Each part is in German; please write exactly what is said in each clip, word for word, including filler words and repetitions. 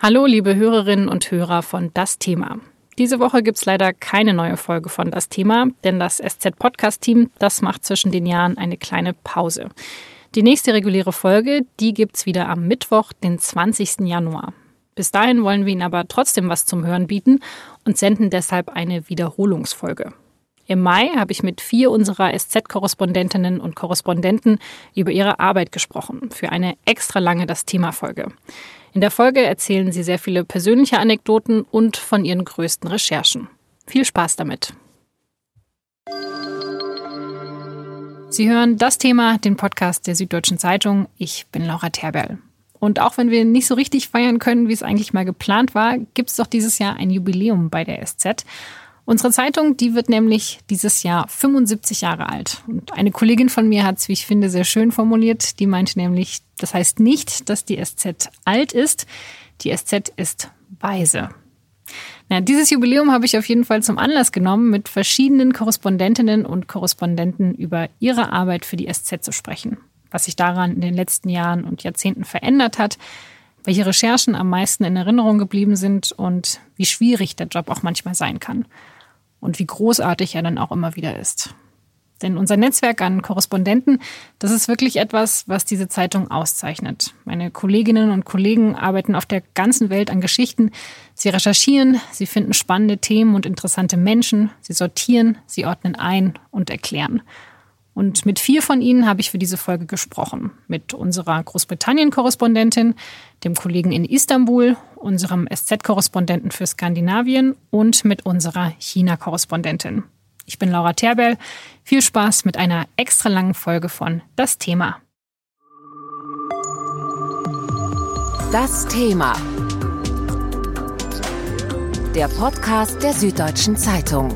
Hallo, liebe Hörerinnen und Hörer von Das Thema. Diese Woche gibt es leider keine neue Folge von Das Thema, denn das S Z-Podcast-Team, das macht zwischen den Jahren eine kleine Pause. Die nächste reguläre Folge, die gibt's wieder am Mittwoch, den zwanzigsten Januar. Bis dahin wollen wir Ihnen aber trotzdem was zum Hören bieten und senden deshalb eine Wiederholungsfolge. Im Mai habe ich mit vier unserer S Z-Korrespondentinnen und Korrespondenten über ihre Arbeit gesprochen, für eine extra lange Das-Thema-Folge. In der Folge erzählen sie sehr viele persönliche Anekdoten und von ihren größten Recherchen. Viel Spaß damit. Sie hören Das Thema, den Podcast der Süddeutschen Zeitung. Ich bin Laura Terberl. Und auch wenn wir nicht so richtig feiern können, wie es eigentlich mal geplant war, gibt es doch dieses Jahr ein Jubiläum bei der S Z. Unsere Zeitung, die wird nämlich dieses Jahr fünfundsiebzig Jahre alt. Und eine Kollegin von mir hat es, wie ich finde, sehr schön formuliert. Die meinte nämlich, das heißt nicht, dass die S Z alt ist. Die S Z ist weise. Na, dieses Jubiläum habe ich auf jeden Fall zum Anlass genommen, mit verschiedenen Korrespondentinnen und Korrespondenten über ihre Arbeit für die S Z zu sprechen. Was sich daran in den letzten Jahren und Jahrzehnten verändert hat, welche Recherchen am meisten in Erinnerung geblieben sind und wie schwierig der Job auch manchmal sein kann. Und wie großartig er dann auch immer wieder ist. Denn unser Netzwerk an Korrespondenten, das ist wirklich etwas, was diese Zeitung auszeichnet. Meine Kolleginnen und Kollegen arbeiten auf der ganzen Welt an Geschichten. Sie recherchieren, sie finden spannende Themen und interessante Menschen. Sie sortieren, sie ordnen ein und erklären. Und mit vier von ihnen habe ich für diese Folge gesprochen. Mit unserer Großbritannien-Korrespondentin, dem Kollegen in Istanbul, unserem S Z-Korrespondenten für Skandinavien und mit unserer China-Korrespondentin. Ich bin Laura Terberl. Viel Spaß mit einer extra langen Folge von Das Thema. Das Thema. Der Podcast der Süddeutschen Zeitung.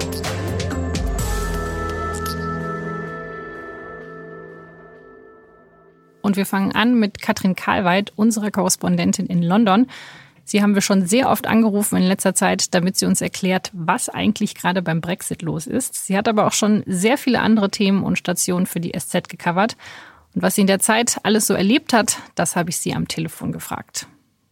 Und wir fangen an mit Katrin Kahlweit, unserer Korrespondentin in London. Sie haben wir schon sehr oft angerufen in letzter Zeit, damit sie uns erklärt, was eigentlich gerade beim Brexit los ist. Sie hat aber auch schon sehr viele andere Themen und Stationen für die S Z gecovert. Und was sie in der Zeit alles so erlebt hat, das habe ich sie am Telefon gefragt.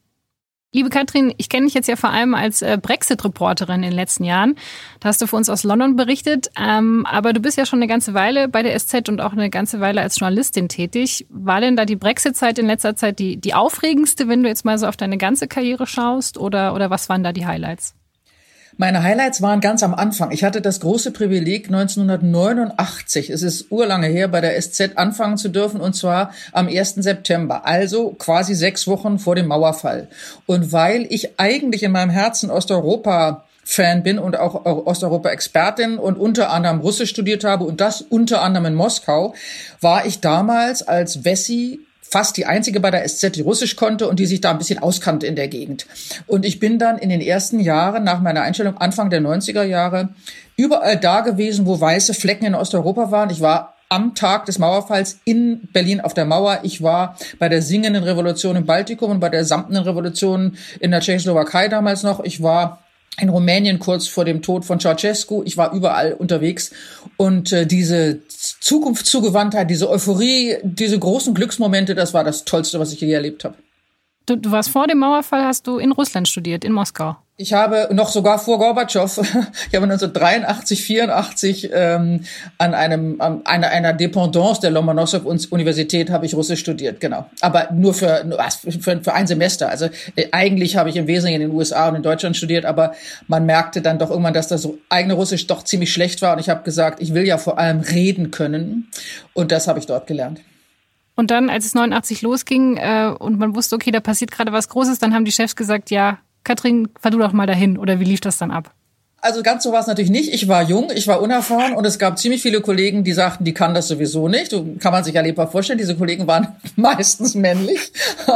Liebe Katrin, ich kenne dich jetzt ja vor allem als Brexit-Reporterin in den letzten Jahren. Da hast du für uns aus London berichtet. Ähm, aber du bist ja schon eine ganze Weile bei der S Z und auch eine ganze Weile als Journalistin tätig. War denn da die Brexit-Zeit in letzter Zeit die, die aufregendste, wenn du jetzt mal so auf deine ganze Karriere schaust? Oder, oder was waren da die Highlights? Meine Highlights waren ganz am Anfang. Ich hatte das große Privileg, neunzehnhundertneunundachtzig, es ist urlange her, bei der S Z anfangen zu dürfen, und zwar am ersten September, also quasi sechs Wochen vor dem Mauerfall. Und weil ich eigentlich in meinem Herzen Osteuropa Fan bin und auch Osteuropa-Expertin und unter anderem Russisch studiert habe und das unter anderem in Moskau, war ich damals als Wessi fast die einzige bei der S Z, die Russisch konnte und die sich da ein bisschen auskannte in der Gegend. Und ich bin dann in den ersten Jahren nach meiner Einstellung, Anfang der neunziger Jahre, überall da gewesen, wo weiße Flecken in Osteuropa waren. Ich war am Tag des Mauerfalls in Berlin auf der Mauer. Ich war bei der singenden Revolution im Baltikum und bei der samtenen Revolution in der Tschechoslowakei damals noch. Ich war in Rumänien kurz vor dem Tod von Ceausescu. Ich war überall unterwegs und äh, diese Zukunftszugewandtheit, diese Euphorie, diese großen Glücksmomente, das war das Tollste, was ich je erlebt habe. Du, du warst vor dem Mauerfall, hast du in Russland studiert, in Moskau. Ich habe noch sogar vor Gorbatschow, ich habe neunzehnhundertdreiundachtzig, vierundachtzig ähm, an einem an einer, einer Dependance der Lomonossow-Universität habe ich Russisch studiert, genau. Aber nur für, für für ein Semester. Also äh, eigentlich habe ich im Wesentlichen in den U S A und in Deutschland studiert, aber man merkte dann doch irgendwann, dass das eigene Russisch doch ziemlich schlecht war. Und ich habe gesagt, ich will ja vor allem reden können. Und das habe ich dort gelernt. Und dann, als es neunundachtzig losging äh, und man wusste, okay, da passiert gerade was Großes, dann haben die Chefs gesagt, ja, Katrin, fahr du doch mal dahin. Oder wie lief das dann ab? Also ganz so war es natürlich nicht. Ich war jung, ich war unerfahren und es gab ziemlich viele Kollegen, die sagten, die kann das sowieso nicht. So kann man sich ja lebbar vorstellen. Diese Kollegen waren meistens männlich.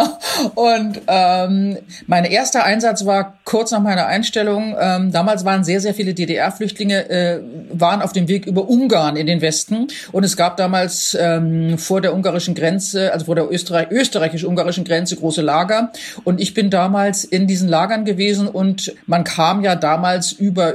Und ähm, mein erster Einsatz war kurz nach meiner Einstellung. Ähm, damals waren sehr, sehr viele D D R-Flüchtlinge, äh, waren auf dem Weg über Ungarn in den Westen. Und es gab damals ähm, vor der ungarischen Grenze, also vor der Österreich- österreichisch-ungarischen Grenze große Lager. Und ich bin damals in diesen Lagern gewesen und man kam ja damals über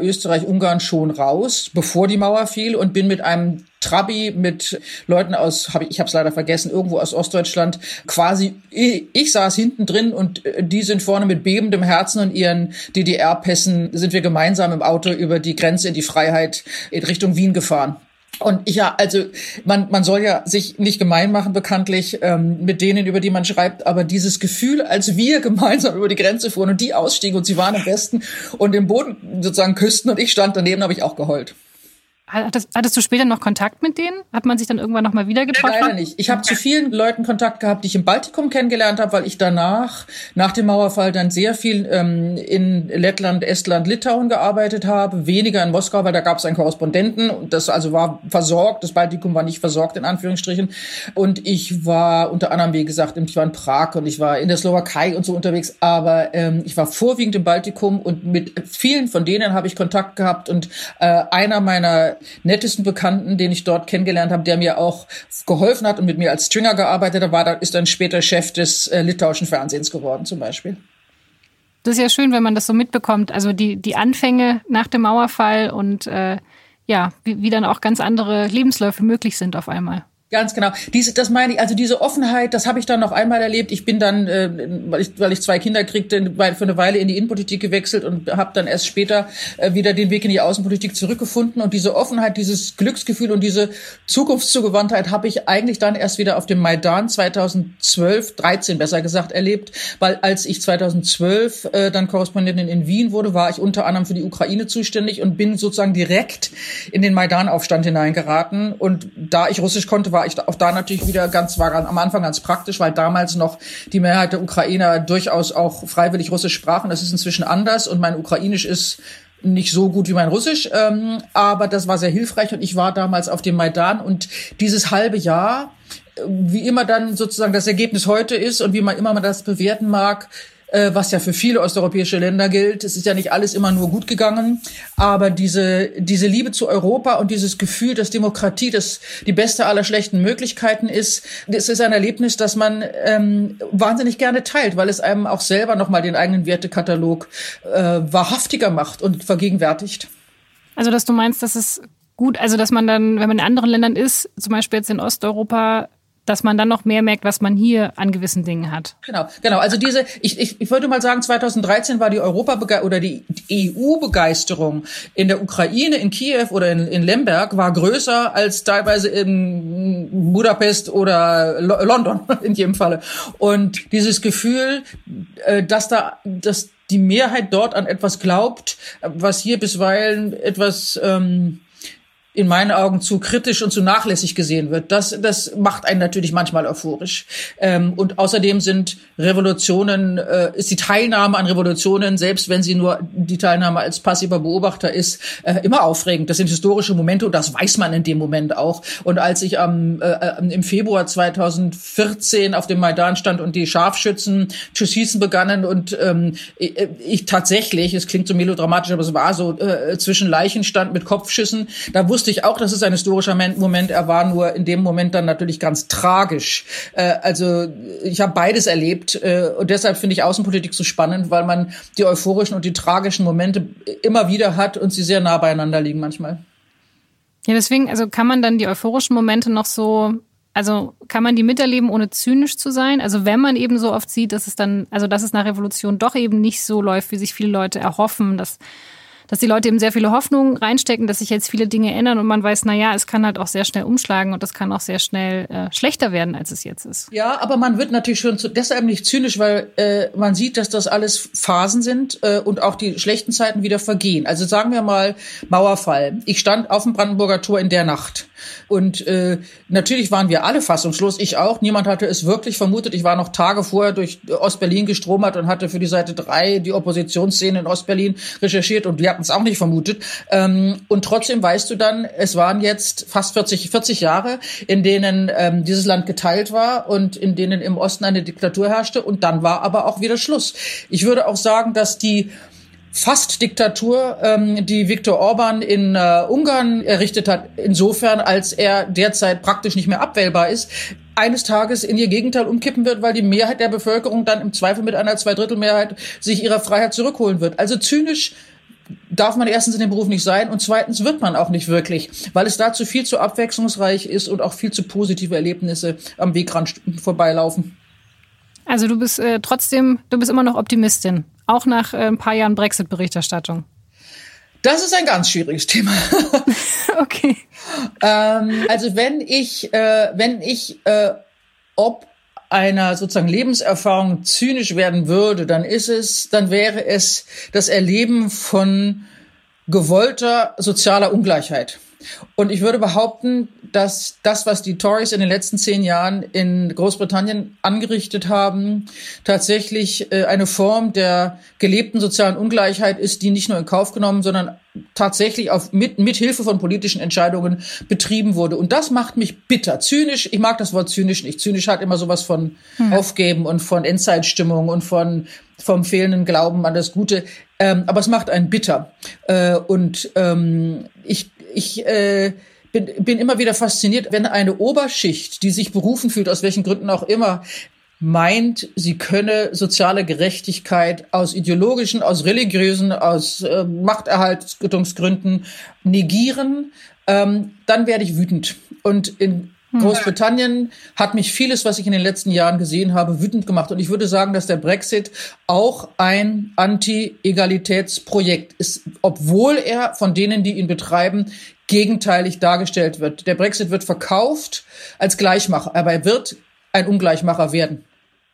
Österreich-Ungarn schon raus, bevor die Mauer fiel, und bin mit einem Trabi mit Leuten aus, hab ich, ich habe es leider vergessen, irgendwo aus Ostdeutschland, quasi, ich, ich saß hinten drin und die sind vorne mit bebendem Herzen und ihren D D R-Pässen, sind wir gemeinsam im Auto über die Grenze in die Freiheit in Richtung Wien gefahren. Und ich ja, also man man soll ja sich nicht gemein machen, bekanntlich, ähm, mit denen, über die man schreibt, aber dieses Gefühl, als wir gemeinsam über die Grenze fuhren und die ausstiegen und sie waren im Westen und den Boden sozusagen küssten und ich stand daneben, habe ich auch geheult. Hattest, hattest du später noch Kontakt mit denen? Hat man sich dann irgendwann noch mal wieder getroffen? Leider nicht. Ich habe zu vielen Leuten Kontakt gehabt, die ich im Baltikum kennengelernt habe, weil ich danach, nach dem Mauerfall, dann sehr viel ähm, in Lettland, Estland, Litauen gearbeitet habe. Weniger in Moskau, weil da gab es einen Korrespondenten. Und das also war versorgt. Das Baltikum war nicht versorgt, in Anführungsstrichen. Und ich war unter anderem, wie gesagt, ich war in Prag und ich war in der Slowakei und so unterwegs. Aber ähm, ich war vorwiegend im Baltikum und mit vielen von denen habe ich Kontakt gehabt. Und äh, einer meiner nettesten Bekannten, den ich dort kennengelernt habe, der mir auch geholfen hat und mit mir als Stringer gearbeitet hat, war, ist dann später Chef des äh, litauischen Fernsehens geworden zum Beispiel. Das ist ja schön, wenn man das so mitbekommt, also die die Anfänge nach dem Mauerfall und äh, ja, wie, wie dann auch ganz andere Lebensläufe möglich sind auf einmal. Ganz genau. Diese, das meine ich, also diese Offenheit, das habe ich dann noch einmal erlebt. Ich bin dann, äh, weil ich, weil ich zwei Kinder kriegte, für eine Weile in die Innenpolitik gewechselt und habe dann erst später äh, wieder den Weg in die Außenpolitik zurückgefunden. Und diese Offenheit, dieses Glücksgefühl und diese Zukunftszugewandtheit habe ich eigentlich dann erst wieder auf dem Maidan zweitausendzwölf, dreizehn besser gesagt, erlebt. Weil als ich zweitausendzwölf äh, dann Korrespondentin in Wien wurde, war ich unter anderem für die Ukraine zuständig und bin sozusagen direkt in den Maidan-Aufstand hineingeraten. Und da ich Russisch konnte, war ich auch da natürlich wieder ganz, war am Anfang ganz praktisch, weil damals noch die Mehrheit der Ukrainer durchaus auch freiwillig Russisch sprachen. Das ist inzwischen anders und mein Ukrainisch ist nicht so gut wie mein Russisch, ähm, aber das war sehr hilfreich und ich war damals auf dem Maidan und dieses halbe Jahr, wie immer dann sozusagen das Ergebnis heute ist und wie man immer man das bewerten mag, was ja für viele osteuropäische Länder gilt. Es ist ja nicht alles immer nur gut gegangen, aber diese diese Liebe zu Europa und dieses Gefühl, dass Demokratie das die beste aller schlechten Möglichkeiten ist, das ist ein Erlebnis, das man ähm, wahnsinnig gerne teilt, weil es einem auch selber nochmal den eigenen Wertekatalog äh, wahrhaftiger macht und vergegenwärtigt. Also, dass du meinst, dass es gut, also dass man dann, wenn man in anderen Ländern ist, zum Beispiel jetzt in Osteuropa, dass man dann noch mehr merkt, was man hier an gewissen Dingen hat. Genau, genau. Also diese, ich, ich, ich würde mal sagen, zweitausenddreizehn war die Europa- oder die E U-Begeisterung in der Ukraine, in Kiew oder in, in Lemberg war größer als teilweise in Budapest oder Lo- London in jedem Falle. Und dieses Gefühl, dass da, dass die Mehrheit dort an etwas glaubt, was hier bisweilen etwas ähm, in meinen Augen zu kritisch und zu nachlässig gesehen wird. Das, das macht einen natürlich manchmal euphorisch. Ähm, und außerdem sind Revolutionen, äh, ist die Teilnahme an Revolutionen, selbst wenn sie nur die Teilnahme als passiver Beobachter ist, äh, immer aufregend. Das sind historische Momente und das weiß man in dem Moment auch. Und als ich am äh, im Februar zweitausendvierzehn auf dem Maidan stand und die Scharfschützen zu schießen begannen und ähm, ich, ich tatsächlich, es klingt so melodramatisch, aber es war so, äh, zwischen Leichen stand mit Kopfschüssen, da wusste ich auch, das ist ein historischer Moment. Er war nur in dem Moment dann natürlich ganz tragisch. Äh, also ich habe beides erlebt äh, und deshalb finde ich Außenpolitik so spannend, weil man die euphorischen und die tragischen Momente immer wieder hat und sie sehr nah beieinander liegen manchmal. Ja, deswegen, also kann man dann die euphorischen Momente noch so, also kann man die miterleben, ohne zynisch zu sein? Also wenn man eben so oft sieht, dass es dann, also dass es nach Revolution doch eben nicht so läuft, wie sich viele Leute erhoffen, dass dass die Leute eben sehr viele Hoffnungen reinstecken, dass sich jetzt viele Dinge ändern und man weiß, na ja, es kann halt auch sehr schnell umschlagen und das kann auch sehr schnell äh, schlechter werden, als es jetzt ist. Ja, aber man wird natürlich schon zu, deshalb nicht zynisch, weil äh, man sieht, dass das alles Phasen sind äh, und auch die schlechten Zeiten wieder vergehen. Also sagen wir mal Mauerfall. Ich stand auf dem Brandenburger Tor in der Nacht und äh, natürlich waren wir alle fassungslos, ich auch. Niemand hatte es wirklich vermutet. Ich war noch Tage vorher durch Ostberlin gestromert und hatte für die Seite drei die Oppositionsszene in Ostberlin recherchiert und wir hatten es auch nicht vermutet. Ähm, und trotzdem weißt du dann, es waren jetzt fast vierzig, vierzig Jahre, in denen ähm, dieses Land geteilt war und in denen im Osten eine Diktatur herrschte. Und dann war aber auch wieder Schluss. Ich würde auch sagen, dass die Fast-Diktatur, ähm, die Viktor Orban in äh, Ungarn errichtet hat, insofern, als er derzeit praktisch nicht mehr abwählbar ist, eines Tages in ihr Gegenteil umkippen wird, weil die Mehrheit der Bevölkerung dann im Zweifel mit einer Zweidrittelmehrheit sich ihrer Freiheit zurückholen wird. Also zynisch darf man erstens in dem Beruf nicht sein und zweitens wird man auch nicht wirklich, weil es dazu viel zu abwechslungsreich ist und auch viel zu positive Erlebnisse am Wegrand vorbeilaufen. Also du bist äh, trotzdem, du bist immer noch Optimistin, auch nach äh, ein paar Jahren Brexit-Berichterstattung. Das ist ein ganz schwieriges Thema. Okay. ähm, also wenn ich, äh, wenn ich, äh, ob einer sozusagen Lebenserfahrung zynisch werden würde, dann ist es, dann wäre es das Erleben von gewollter sozialer Ungleichheit. Und ich würde behaupten, dass das, was die Tories in den letzten zehn Jahren in Großbritannien angerichtet haben, tatsächlich äh, eine Form der gelebten sozialen Ungleichheit ist, die nicht nur in Kauf genommen, sondern tatsächlich auf mit, mit Hilfe von politischen Entscheidungen betrieben wurde. Und das macht mich bitter. Zynisch, ich mag das Wort zynisch nicht. Zynisch hat immer sowas von hm. Aufgeben und von Endzeitstimmung und von vom fehlenden Glauben an das Gute. Ähm, aber es macht einen bitter. Äh, und ähm, ich Ich äh, bin, bin immer wieder fasziniert, wenn eine Oberschicht, die sich berufen fühlt, aus welchen Gründen auch immer, meint, sie könne soziale Gerechtigkeit aus ideologischen, aus religiösen, aus äh, Machterhaltungsgründen negieren, ähm, dann werde ich wütend. Und in Großbritannien hat mich vieles, was ich in den letzten Jahren gesehen habe, wütend gemacht. Und ich würde sagen, dass der Brexit auch ein Anti-Egalitätsprojekt ist, obwohl er von denen, die ihn betreiben, gegenteilig dargestellt wird. Der Brexit wird verkauft als Gleichmacher, aber er wird ein Ungleichmacher werden.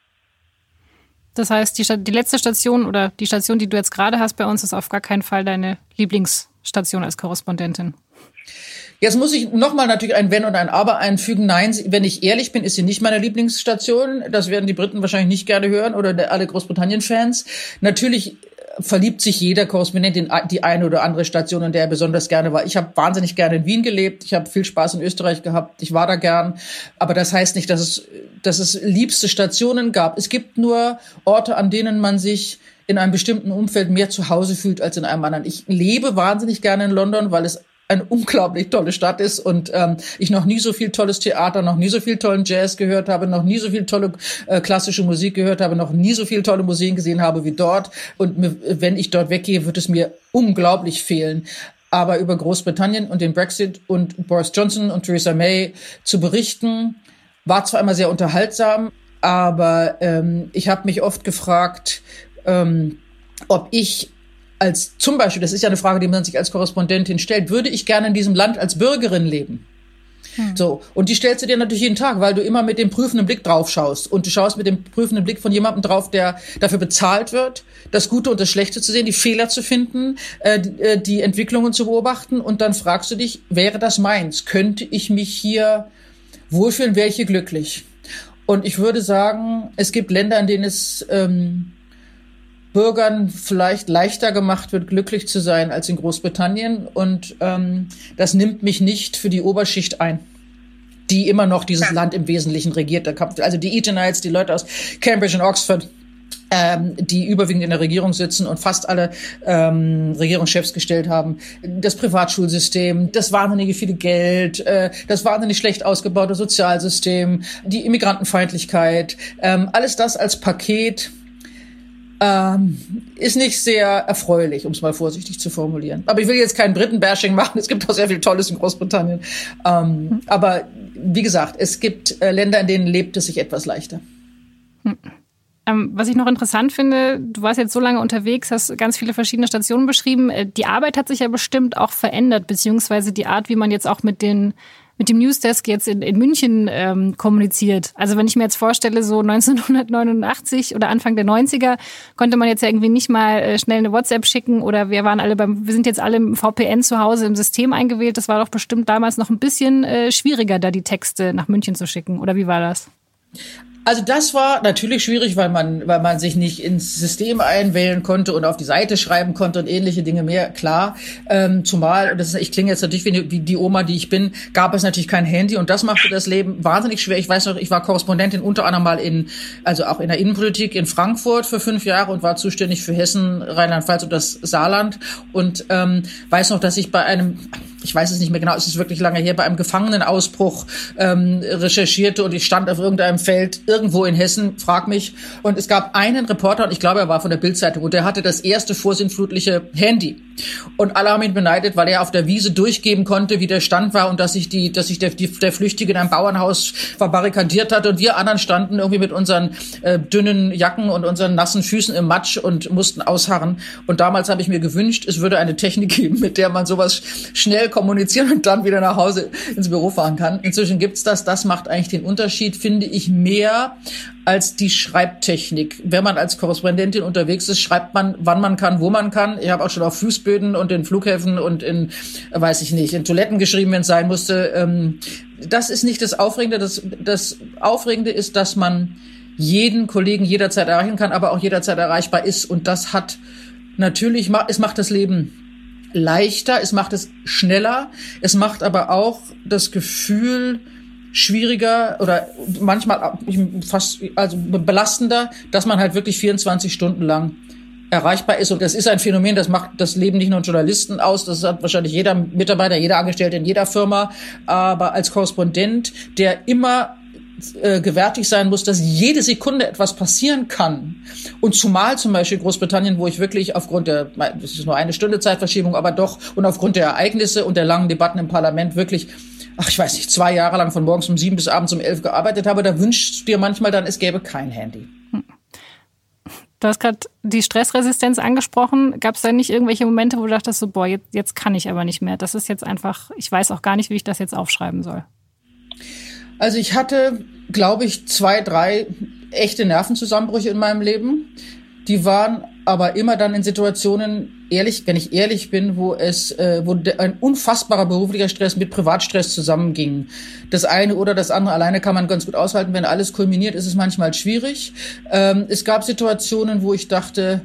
Das heißt, die, die letzte Station oder die Station, die du jetzt gerade hast bei uns, ist auf gar keinen Fall deine Lieblingsstation als Korrespondentin. Jetzt muss ich nochmal natürlich ein Wenn und ein Aber einfügen. Nein, wenn ich ehrlich bin, ist sie nicht meine Lieblingsstation. Das werden die Briten wahrscheinlich nicht gerne hören oder alle Großbritannien-Fans. Natürlich verliebt sich jeder Korrespondent in die eine oder andere Station, in der er besonders gerne war. Ich habe wahnsinnig gerne in Wien gelebt. Ich habe viel Spaß in Österreich gehabt. Ich war da gern. Aber das heißt nicht, dass es, dass es liebste Stationen gab. Es gibt nur Orte, an denen man sich in einem bestimmten Umfeld mehr zu Hause fühlt als in einem anderen. Ich lebe wahnsinnig gerne in London, weil es eine unglaublich tolle Stadt ist und ähm, ich noch nie so viel tolles Theater, noch nie so viel tollen Jazz gehört habe, noch nie so viel tolle äh, klassische Musik gehört habe, noch nie so viel tolle Museen gesehen habe wie dort. Und mir, wenn ich dort weggehe, wird es mir unglaublich fehlen. Aber über Großbritannien und den Brexit und Boris Johnson und Theresa May zu berichten, war zwar immer sehr unterhaltsam, aber ähm, ich habe mich oft gefragt, ähm, ob ich als zum Beispiel, das ist ja eine Frage, die man sich als Korrespondentin stellt, würde ich gerne in diesem Land als Bürgerin leben? Hm. So. Und die stellst du dir natürlich jeden Tag, weil du immer mit dem prüfenden Blick drauf schaust. Und du schaust mit dem prüfenden Blick von jemandem drauf, der dafür bezahlt wird, das Gute und das Schlechte zu sehen, die Fehler zu finden, äh, die, die Entwicklungen zu beobachten. Und dann fragst du dich, wäre das meins? Könnte ich mich hier wohlfühlen? Wäre ich hier glücklich? Und ich würde sagen, es gibt Länder, in denen es ähm, Bürgern vielleicht leichter gemacht wird, glücklich zu sein als in Großbritannien. Und ähm, das nimmt mich nicht für die Oberschicht ein, die immer noch dieses Land im Wesentlichen regiert. Also die Eatonites, die Leute aus Cambridge und Oxford, ähm, die überwiegend in der Regierung sitzen und fast alle ähm, Regierungschefs gestellt haben. Das Privatschulsystem, das wahnsinnige viele Geld, äh, das wahnsinnig schlecht ausgebaute Sozialsystem, die Immigrantenfeindlichkeit, ähm, alles das als Paket Ähm, ist nicht sehr erfreulich, um es mal vorsichtig zu formulieren. Aber ich will jetzt kein Briten-Bashing machen. Es gibt auch sehr viel Tolles in Großbritannien. Ähm, mhm. Aber wie gesagt, es gibt äh, Länder, in denen lebt es sich etwas leichter. Mhm. Ähm, was ich noch interessant finde, du warst jetzt so lange unterwegs, hast ganz viele verschiedene Stationen beschrieben. Die Arbeit hat sich ja bestimmt auch verändert, beziehungsweise die Art, wie man jetzt auch mit den mit dem Newsdesk jetzt in, in München ähm, kommuniziert. Also wenn ich mir jetzt vorstelle, so neunzehnhundertneunundachtzig oder Anfang der neunziger konnte man jetzt ja irgendwie nicht mal äh, schnell eine WhatsApp schicken oder wir waren alle beim, wir sind jetzt alle im V P N zu Hause im System eingewählt. Das war doch bestimmt damals noch ein bisschen äh, schwieriger, da die Texte nach München zu schicken. Oder wie war das? Also das war natürlich schwierig, weil man, weil man sich nicht ins System einwählen konnte und auf die Seite schreiben konnte und ähnliche Dinge mehr. Klar, ähm, zumal, und das ist, ich klinge jetzt natürlich wie die, wie die Oma, die ich bin, gab es natürlich kein Handy und das machte das Leben wahnsinnig schwer. Ich weiß noch, ich war Korrespondentin unter anderem mal in, also auch in der Innenpolitik in Frankfurt für fünf Jahre und war zuständig für Hessen, Rheinland-Pfalz und das Saarland und ähm, weiß noch, dass ich bei einem, ich weiß es nicht mehr genau, es ist wirklich lange her, bei einem Gefangenenausbruch ähm, recherchierte und ich stand auf irgendeinem Feld irgendwo in Hessen, frag mich. Und es gab einen Reporter, und ich glaube, er war von der Bild-Zeitung, und der hatte das erste vorsinnflutliche Handy. Und alle haben ihn beneidet, weil er auf der Wiese durchgeben konnte, wie der Stand war und dass sich die, dass sich der, die, der Flüchtige in einem Bauernhaus verbarrikadiert hat. Und wir anderen standen irgendwie mit unseren äh, dünnen Jacken und unseren nassen Füßen im Matsch und mussten ausharren. Und damals habe ich mir gewünscht, es würde eine Technik geben, mit der man sowas schnell kommunizieren und dann wieder nach Hause ins Büro fahren kann. Inzwischen gibt's das. Das macht eigentlich den Unterschied, finde ich, mehr als die Schreibtechnik. Wenn man als Korrespondentin unterwegs ist, schreibt man, wann man kann, wo man kann. Ich habe auch schon auf Fußböden und in Flughäfen und in, weiß ich nicht, in Toiletten geschrieben, wenn es sein musste. Das ist nicht das Aufregende. Das, das Aufregende ist, dass man jeden Kollegen jederzeit erreichen kann, aber auch jederzeit erreichbar ist. Und das hat natürlich, es macht das Leben leichter, es macht es schneller, es macht aber auch das Gefühl schwieriger oder manchmal fast also belastender, dass man halt wirklich vierundzwanzig Stunden lang erreichbar ist. Und das ist ein Phänomen, das macht das Leben nicht nur Journalisten aus, das hat wahrscheinlich jeder Mitarbeiter, jeder Angestellte in jeder Firma, aber als Korrespondent, der immer äh, gewärtig sein muss, dass jede Sekunde etwas passieren kann. Und zumal zum Beispiel Großbritannien, wo ich wirklich aufgrund der, das ist nur eine Stunde Zeitverschiebung, aber doch, und aufgrund der Ereignisse und der langen Debatten im Parlament wirklich, ach, ich weiß nicht, zwei Jahre lang von morgens um sieben bis abends um elf gearbeitet habe, da wünschst du dir manchmal dann, es gäbe kein Handy. Du hast gerade die Stressresistenz angesprochen. Gab es da nicht irgendwelche Momente, wo du dachtest, so, boah, jetzt, jetzt kann ich aber nicht mehr. Das ist jetzt einfach, ich weiß auch gar nicht, wie ich das jetzt aufschreiben soll. Also ich hatte, glaube ich, zwei, drei echte Nervenzusammenbrüche in meinem Leben. Die waren aber immer dann in Situationen, ehrlich, wenn ich ehrlich bin, wo es, äh, wo ein unfassbarer beruflicher Stress mit Privatstress zusammenging. Das eine oder das andere alleine kann man ganz gut aushalten. Wenn alles kulminiert, ist es manchmal schwierig. Ähm, es gab Situationen, wo ich dachte,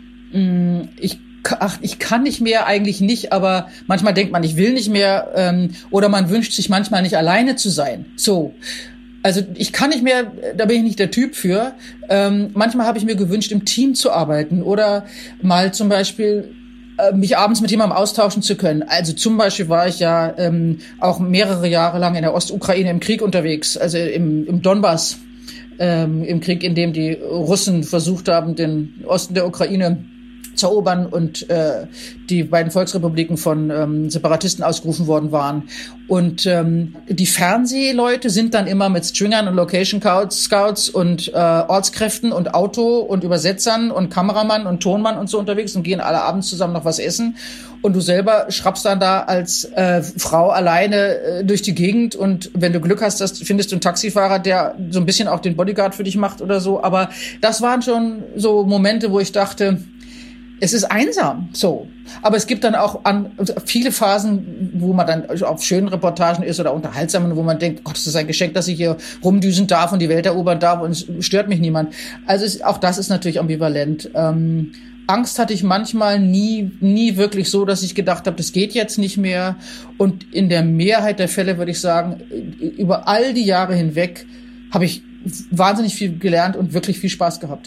mh, ich Ach, ich kann nicht mehr, eigentlich nicht, aber manchmal denkt man, ich will nicht mehr, ähm, oder man wünscht sich manchmal nicht alleine zu sein. So. Also ich kann nicht mehr, da bin ich nicht der Typ für. Ähm, manchmal habe ich mir gewünscht, im Team zu arbeiten oder mal zum Beispiel äh, mich abends mit jemandem austauschen zu können. Also zum Beispiel war ich ja ähm, auch mehrere Jahre lang in der Ostukraine im Krieg unterwegs, also im, im Donbass, ähm, im Krieg, in dem die Russen versucht haben, den Osten der Ukraine zu erobern und äh, die beiden Volksrepubliken von ähm, Separatisten ausgerufen worden waren. Und ähm, die Fernsehleute sind dann immer mit Stringern und Location Scouts und äh, Ortskräften und Auto und Übersetzern und Kameramann und Tonmann und so unterwegs und gehen alle abends zusammen noch was essen. Und du selber schrappst dann da als äh, Frau alleine äh, durch die Gegend und wenn du Glück hast, das findest du einen Taxifahrer, der so ein bisschen auch den Bodyguard für dich macht oder so. Aber das waren schon so Momente, wo ich dachte, es ist einsam, so. Aber es gibt dann auch an, viele Phasen, wo man dann auf schönen Reportagen ist oder unterhaltsamen, wo man denkt, Gott, das ist ein Geschenk, dass ich hier rumdüsen darf und die Welt erobern darf und es stört mich niemand. Also es, auch das ist natürlich ambivalent. Ähm, Angst hatte ich manchmal nie, nie wirklich so, dass ich gedacht habe, das geht jetzt nicht mehr. Und in der Mehrheit der Fälle würde ich sagen, über all die Jahre hinweg habe ich wahnsinnig viel gelernt und wirklich viel Spaß gehabt.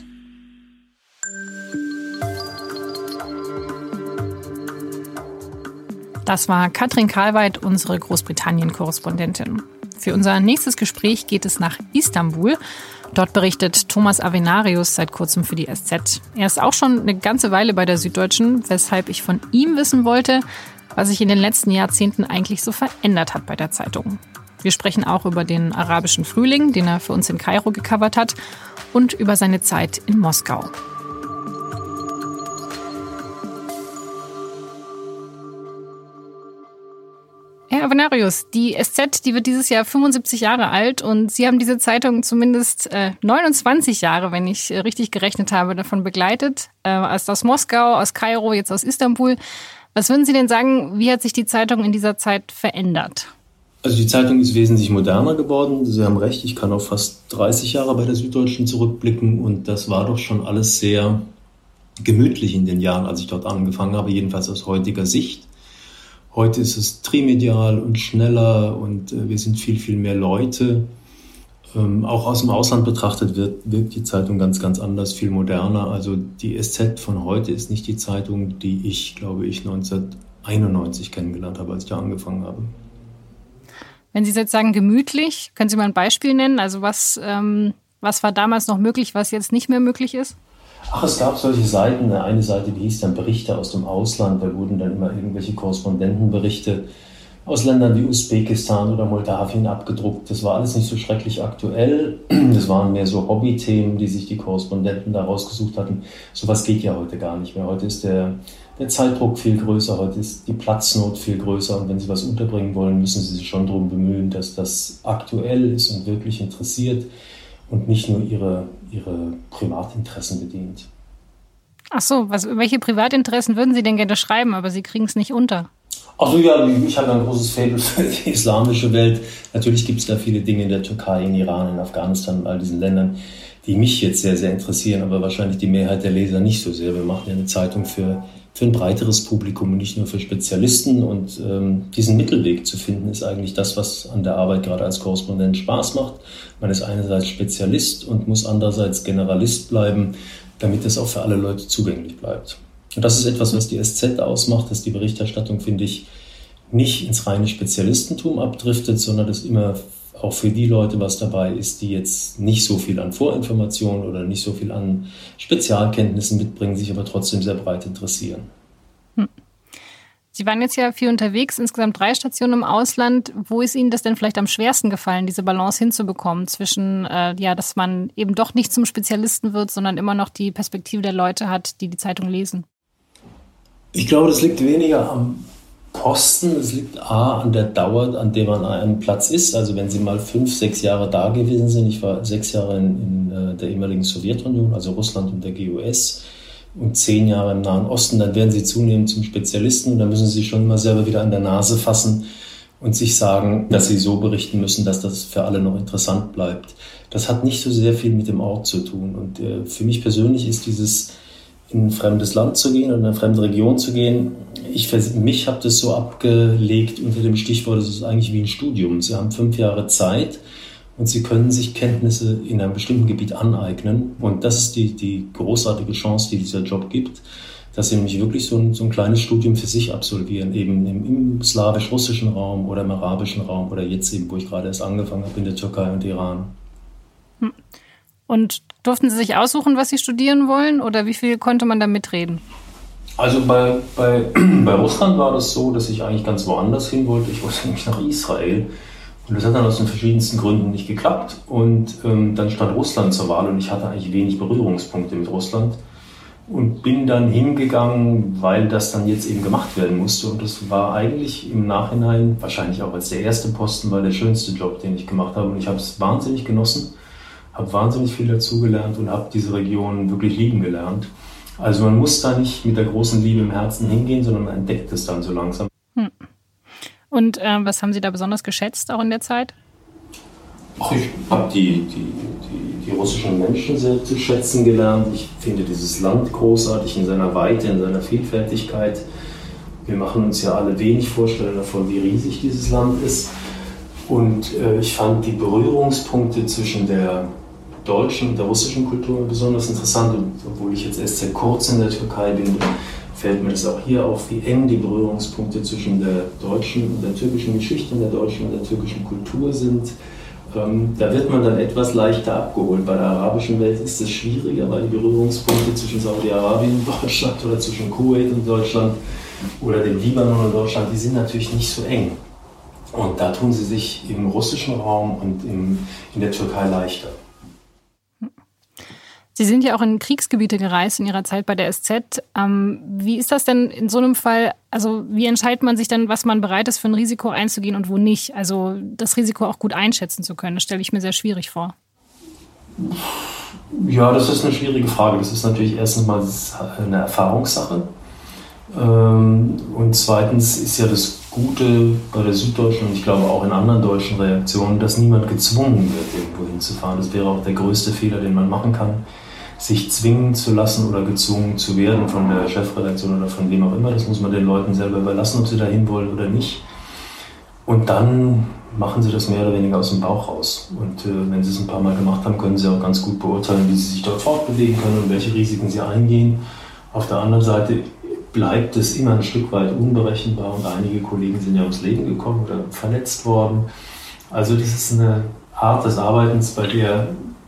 Das war Katrin Karlweit, unsere Großbritannien-Korrespondentin. Für unser nächstes Gespräch geht es nach Istanbul. Dort berichtet Thomas Avenarius seit kurzem für die S Z. Er ist auch schon eine ganze Weile bei der Süddeutschen, weshalb ich von ihm wissen wollte, was sich in den letzten Jahrzehnten eigentlich so verändert hat bei der Zeitung. Wir sprechen auch über den arabischen Frühling, den er für uns in Kairo gecovert hat, und über seine Zeit in Moskau. Herr Avenarius, die S Z, die wird dieses Jahr fünfundsiebzig Jahre alt und Sie haben diese Zeitung zumindest äh, neunundzwanzig Jahre, wenn ich äh, richtig gerechnet habe, davon begleitet. Äh, erst aus Moskau, aus Kairo, jetzt aus Istanbul. Was würden Sie denn sagen, wie hat sich die Zeitung in dieser Zeit verändert? Also die Zeitung ist wesentlich moderner geworden. Sie haben recht, ich kann auf fast dreißig Jahre bei der Süddeutschen zurückblicken und das war doch schon alles sehr gemütlich in den Jahren, als ich dort angefangen habe, jedenfalls aus heutiger Sicht. Heute ist es trimedial und schneller und äh, wir sind viel, viel mehr Leute. Ähm, auch aus dem Ausland betrachtet wird, wirkt die Zeitung ganz, ganz anders, viel moderner. Also die S Z von heute ist nicht die Zeitung, die ich, glaube ich, neunzehnhunderteinundneunzig kennengelernt habe, als ich da angefangen habe. Wenn Sie jetzt sagen gemütlich, können Sie mal ein Beispiel nennen? Also was, ähm, Was war damals noch möglich, was jetzt nicht mehr möglich ist? Ach, es gab solche Seiten. Eine Seite, die hieß dann Berichte aus dem Ausland. Da wurden dann immer irgendwelche Korrespondentenberichte aus Ländern wie Usbekistan oder Moldawien abgedruckt. Das war alles nicht so schrecklich aktuell. Das waren mehr so Hobbythemen, die sich die Korrespondenten da rausgesucht hatten. Sowas geht ja heute gar nicht mehr. Heute ist der, der Zeitdruck viel größer, heute ist die Platznot viel größer. Und wenn Sie was unterbringen wollen, müssen Sie sich schon darum bemühen, dass das aktuell ist und wirklich interessiert und nicht nur Ihre, Ihre Privatinteressen bedient. Ach so, was, welche Privatinteressen würden Sie denn gerne schreiben, aber Sie kriegen es nicht unter? Also ja, ich habe ein großes Faible für die islamische Welt. Natürlich gibt es da viele Dinge in der Türkei, in Iran, in Afghanistan und all diesen Ländern, die mich jetzt sehr, sehr interessieren, aber wahrscheinlich die Mehrheit der Leser nicht so sehr. Wir machen ja eine Zeitung für, für ein breiteres Publikum und nicht nur für Spezialisten. Und ähm, diesen Mittelweg zu finden, ist eigentlich das, was an der Arbeit gerade als Korrespondent Spaß macht. Man ist einerseits Spezialist und muss andererseits Generalist bleiben, damit es auch für alle Leute zugänglich bleibt. Und das ist etwas, was die S Z ausmacht, dass die Berichterstattung, finde ich, nicht ins reine Spezialistentum abdriftet, sondern dass immer auch für die Leute was dabei ist, die jetzt nicht so viel an Vorinformationen oder nicht so viel an Spezialkenntnissen mitbringen, sich aber trotzdem sehr breit interessieren. Hm. Sie waren jetzt ja viel unterwegs, insgesamt drei Stationen im Ausland. Wo ist Ihnen das denn vielleicht am schwersten gefallen, diese Balance hinzubekommen zwischen, äh, ja, dass man eben doch nicht zum Spezialisten wird, sondern immer noch die Perspektive der Leute hat, die die Zeitung lesen? Ich glaube, das liegt weniger am Posten. Es liegt A, an der Dauer, an der man an einem Platz ist. Also wenn Sie mal fünf, sechs Jahre da gewesen sind, ich war sechs Jahre in, in der ehemaligen Sowjetunion, also Russland und der G U S, und zehn Jahre im Nahen Osten, dann werden Sie zunehmend zum Spezialisten und dann müssen Sie sich schon immer selber wieder an der Nase fassen und sich sagen, dass Sie so berichten müssen, dass das für alle noch interessant bleibt. Das hat nicht so sehr viel mit dem Ort zu tun. Und äh, für mich persönlich ist dieses in ein fremdes Land zu gehen oder in eine fremde Region zu gehen. Ich, mich habe das so abgelegt unter dem Stichwort, es ist eigentlich wie ein Studium. Sie haben fünf Jahre Zeit und Sie können sich Kenntnisse in einem bestimmten Gebiet aneignen. Und das ist die, die großartige Chance, die dieser Job gibt, dass Sie nämlich wirklich so ein, so ein kleines Studium für sich absolvieren, eben im, im slawisch-russischen Raum oder im arabischen Raum oder jetzt eben, wo ich gerade erst angefangen habe, in der Türkei und Iran. Hm. Und durften Sie sich aussuchen, was Sie studieren wollen, oder wie viel konnte man da mitreden? Also bei, bei, bei Russland war das so, dass ich eigentlich ganz woanders hin wollte. Ich wollte nämlich nach Israel. Und das hat dann aus den verschiedensten Gründen nicht geklappt. Und ähm, dann stand Russland zur Wahl und ich hatte eigentlich wenig Berührungspunkte mit Russland. Und bin dann hingegangen, weil das dann jetzt eben gemacht werden musste. Und das war eigentlich im Nachhinein, wahrscheinlich auch als der erste Posten, war der schönste Job, den ich gemacht habe. Und ich habe es wahnsinnig genossen. Habe wahnsinnig viel dazugelernt und habe diese Region wirklich lieben gelernt. Also man muss da nicht mit der großen Liebe im Herzen hingehen, sondern man entdeckt es dann so langsam. Hm. Und äh, was haben Sie da besonders geschätzt, auch in der Zeit? Ach, ich habe die, die, die, die russischen Menschen sehr zu schätzen gelernt. Ich finde dieses Land großartig in seiner Weite, in seiner Vielfältigkeit. Wir machen uns ja alle wenig Vorstellungen davon, wie riesig dieses Land ist. Und äh, ich fand die Berührungspunkte zwischen der deutschen und der russischen Kultur besonders interessant. Und obwohl ich jetzt erst sehr kurz in der Türkei bin, fällt mir das auch hier auf, wie eng die Berührungspunkte zwischen der deutschen und der türkischen Geschichte und der deutschen und der türkischen Kultur sind. Ähm, da wird man dann etwas leichter abgeholt. Bei der arabischen Welt ist es schwieriger, weil die Berührungspunkte zwischen Saudi-Arabien und Deutschland oder zwischen Kuwait und Deutschland oder dem Libanon und Deutschland, die sind natürlich nicht so eng. Und da tun sie sich im russischen Raum und im, in der Türkei leichter. Sie sind ja auch in Kriegsgebiete gereist in Ihrer Zeit bei der S Z. Ähm, wie ist das denn in so einem Fall? Also wie entscheidet man sich dann, was man bereit ist, für ein Risiko einzugehen und wo nicht? Also das Risiko auch gut einschätzen zu können, das stelle ich mir sehr schwierig vor. Ja, das ist eine schwierige Frage. Das ist natürlich erstens mal eine Erfahrungssache. Und zweitens ist ja das Gute bei der Süddeutschen und ich glaube auch in anderen deutschen Reaktionen, dass niemand gezwungen wird, irgendwo hinzufahren. Das wäre auch der größte Fehler, den man machen kann, sich zwingen zu lassen oder gezwungen zu werden von der Chefredaktion oder von wem auch immer. Das muss man den Leuten selber überlassen, ob sie dahin wollen oder nicht. Und dann machen sie das mehr oder weniger aus dem Bauch raus. Und äh, wenn sie es ein paar Mal gemacht haben, können sie auch ganz gut beurteilen, wie sie sich dort fortbewegen können und welche Risiken sie eingehen. Auf der anderen Seite bleibt es immer ein Stück weit unberechenbar und einige Kollegen sind ja ums Leben gekommen oder verletzt worden. Also das ist eine Art des Arbeitens, bei der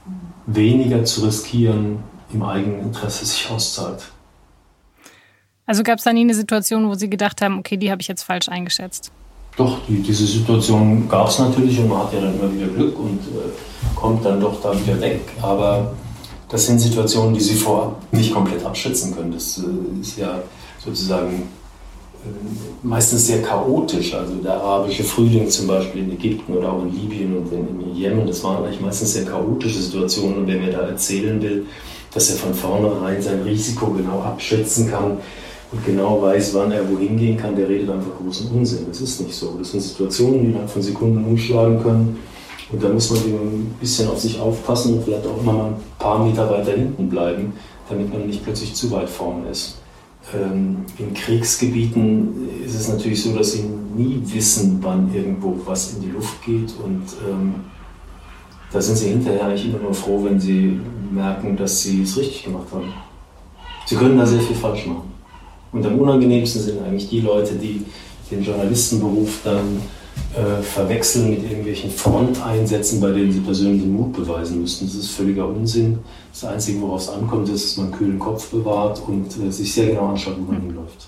weniger zu riskieren im eigenen Interesse sich auszahlt. Also gab es da nie eine Situation, wo Sie gedacht haben, okay, die habe ich jetzt falsch eingeschätzt? Doch, die, diese Situation gab es natürlich und man hat ja dann immer wieder Glück und äh, kommt dann doch da wieder weg. Aber das sind Situationen, die Sie vorab nicht komplett abschätzen können. Das äh, ist ja sozusagen äh, meistens sehr chaotisch. Also der arabische Frühling zum Beispiel in Ägypten oder auch in Libyen und in, in Jemen, das waren eigentlich meistens sehr chaotische Situationen. Und wer mir da erzählen will, dass er von vornherein sein Risiko genau abschätzen kann und genau weiß, wann er wohin gehen kann, der redet einfach großen Unsinn. Das ist nicht so. Das sind Situationen, die dann von Sekunden umschlagen können. Und da muss man ein bisschen auf sich aufpassen und vielleicht auch immer mal ein paar Meter weiter hinten bleiben, damit man nicht plötzlich zu weit vorne ist. Ähm, in Kriegsgebieten ist es natürlich so, dass sie nie wissen, wann irgendwo was in die Luft geht. Und ähm, da sind sie hinterher eigentlich immer nur froh, wenn sie merken, dass sie es richtig gemacht haben. Sie können da sehr viel falsch machen. Und am unangenehmsten sind eigentlich die Leute, die den Journalistenberuf dann äh, verwechseln mit irgendwelchen Fronteinsätzen, bei denen sie persönlichen Mut beweisen müssten. Das ist völliger Unsinn. Das Einzige, worauf es ankommt, ist, dass man einen kühlen Kopf bewahrt und äh, sich sehr genau anschaut, wo man hinläuft.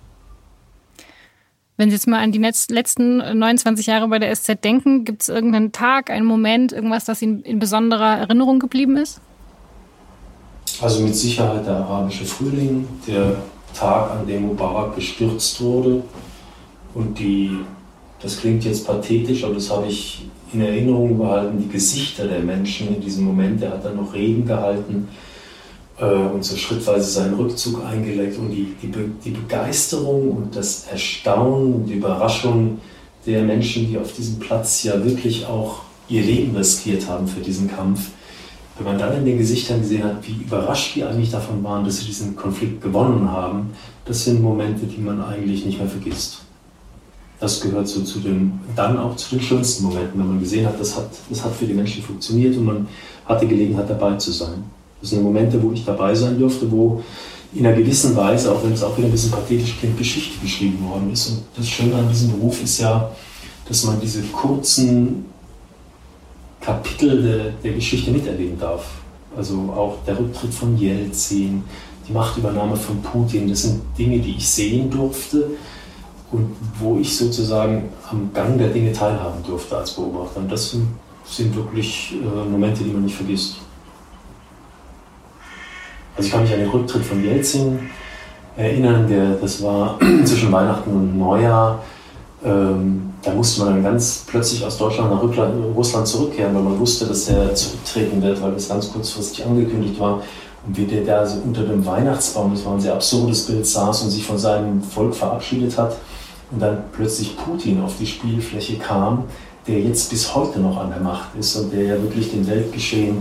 Wenn Sie jetzt mal an die letzten neunundzwanzig Jahre bei der S Z denken, gibt es irgendeinen Tag, einen Moment, irgendwas, das Ihnen in besonderer Erinnerung geblieben ist? Also mit Sicherheit der arabische Frühling, der Tag, an dem Mubarak gestürzt wurde. Und die, das klingt jetzt pathetisch, aber das habe ich in Erinnerung behalten, die Gesichter der Menschen in diesem Moment. Er hat dann noch Reden gehalten äh, und so schrittweise seinen Rückzug eingeleitet. Und die, die, Be- die Begeisterung und das Erstaunen und die Überraschung der Menschen, die auf diesem Platz ja wirklich auch ihr Leben riskiert haben für diesen Kampf. Wenn man dann in den Gesichtern gesehen hat, wie überrascht die eigentlich davon waren, dass sie diesen Konflikt gewonnen haben, das sind Momente, die man eigentlich nicht mehr vergisst. Das gehört so zu den, dann auch zu den schönsten Momenten, wenn man gesehen hat, das hat, das hat für die Menschen funktioniert und man hatte Gelegenheit dabei zu sein. Das sind Momente, wo ich dabei sein durfte, wo in einer gewissen Weise, auch wenn es auch wieder ein bisschen pathetisch klingt, Geschichte geschrieben worden ist. Und das Schöne an diesem Beruf ist ja, dass man diese kurzen Kapitel der, der Geschichte miterleben darf. Also auch der Rücktritt von Jelzin, die Machtübernahme von Putin, das sind Dinge, die ich sehen durfte und wo ich sozusagen am Gang der Dinge teilhaben durfte als Beobachter. Und das sind, sind wirklich äh, Momente, die man nicht vergisst. Also ich kann mich an den Rücktritt von Jelzin erinnern, der, das war zwischen Weihnachten und Neujahr. Ähm, da musste man dann ganz plötzlich aus Deutschland nach Russland zurückkehren, weil man wusste, dass er zurücktreten wird, weil das ganz kurzfristig angekündigt war. Und wie der da so unter dem Weihnachtsbaum, das war ein sehr absurdes Bild, saß und sich von seinem Volk verabschiedet hat und dann plötzlich Putin auf die Spielfläche kam, der jetzt bis heute noch an der Macht ist und der ja wirklich dem Weltgeschehen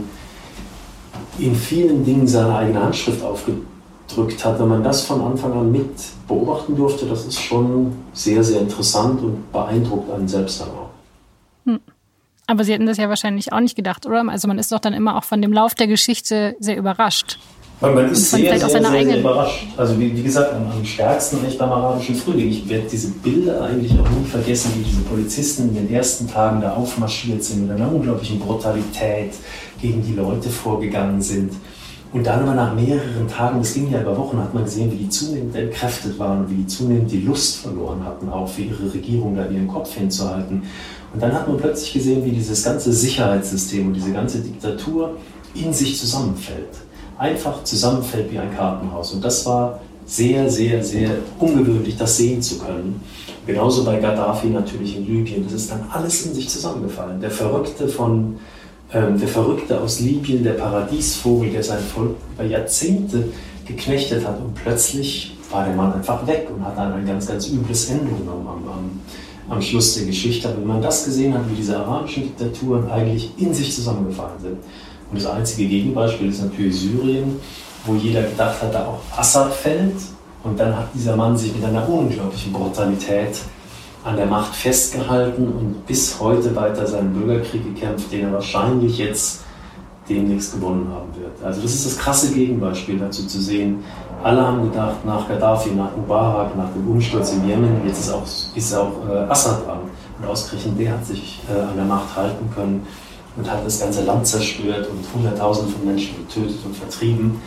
in vielen Dingen seine eigene Handschrift aufgedrückt hat. Wenn man das von Anfang an mit beobachten durfte, das ist schon sehr, sehr interessant und beeindruckt einen selbst dann auch. Hm. Aber Sie hätten das ja wahrscheinlich auch nicht gedacht, oder? Also man ist doch dann immer auch von dem Lauf der Geschichte sehr überrascht. Man, man ist sehr, sehr, sehr, sehr überrascht. Also wie, wie gesagt, am, am stärksten eigentlich beim arabischen Frühling. Ich werde diese Bilder eigentlich auch nie vergessen, wie diese Polizisten in den ersten Tagen da aufmarschiert sind, mit einer unglaublichen Brutalität gegen die Leute vorgegangen sind. Und dann aber nach mehreren Tagen, das ging ja über Wochen, hat man gesehen, wie die zunehmend entkräftet waren und wie die zunehmend die Lust verloren hatten, auch für ihre Regierung da ihren Kopf hinzuhalten. Und dann hat man plötzlich gesehen, wie dieses ganze Sicherheitssystem und diese ganze Diktatur in sich zusammenfällt. Einfach zusammenfällt wie ein Kartenhaus. Und das war sehr, sehr, sehr ungewöhnlich, das sehen zu können. Genauso bei Gaddafi natürlich in Libyen. Das ist dann alles in sich zusammengefallen. Der Verrückte von... Der Verrückte aus Libyen, der Paradiesvogel, der sein Volk über Jahrzehnte geknechtet hat und plötzlich war der Mann einfach weg und hat dann ein ganz, ganz übles Ende genommen am, am, am Schluss der Geschichte. Aber wenn man das gesehen hat, wie diese arabischen Diktaturen eigentlich in sich zusammengefallen sind. Und das einzige Gegenbeispiel ist natürlich Syrien, wo jeder gedacht hat, da auch Assad fällt. Und dann hat dieser Mann sich mit einer unglaublichen Brutalität an der Macht festgehalten und bis heute weiter seinen Bürgerkrieg gekämpft, den er wahrscheinlich jetzt demnächst gewonnen haben wird. Also das ist das krasse Gegenbeispiel dazu zu sehen. Alle haben gedacht, nach Gaddafi, nach Mubarak, nach dem Umsturz im Jemen, jetzt ist auch, ist auch äh, Assad dran. Und ausgerechnet der hat sich äh, an der Macht halten können und hat das ganze Land zerstört und Hunderttausende von Menschen getötet und vertrieben.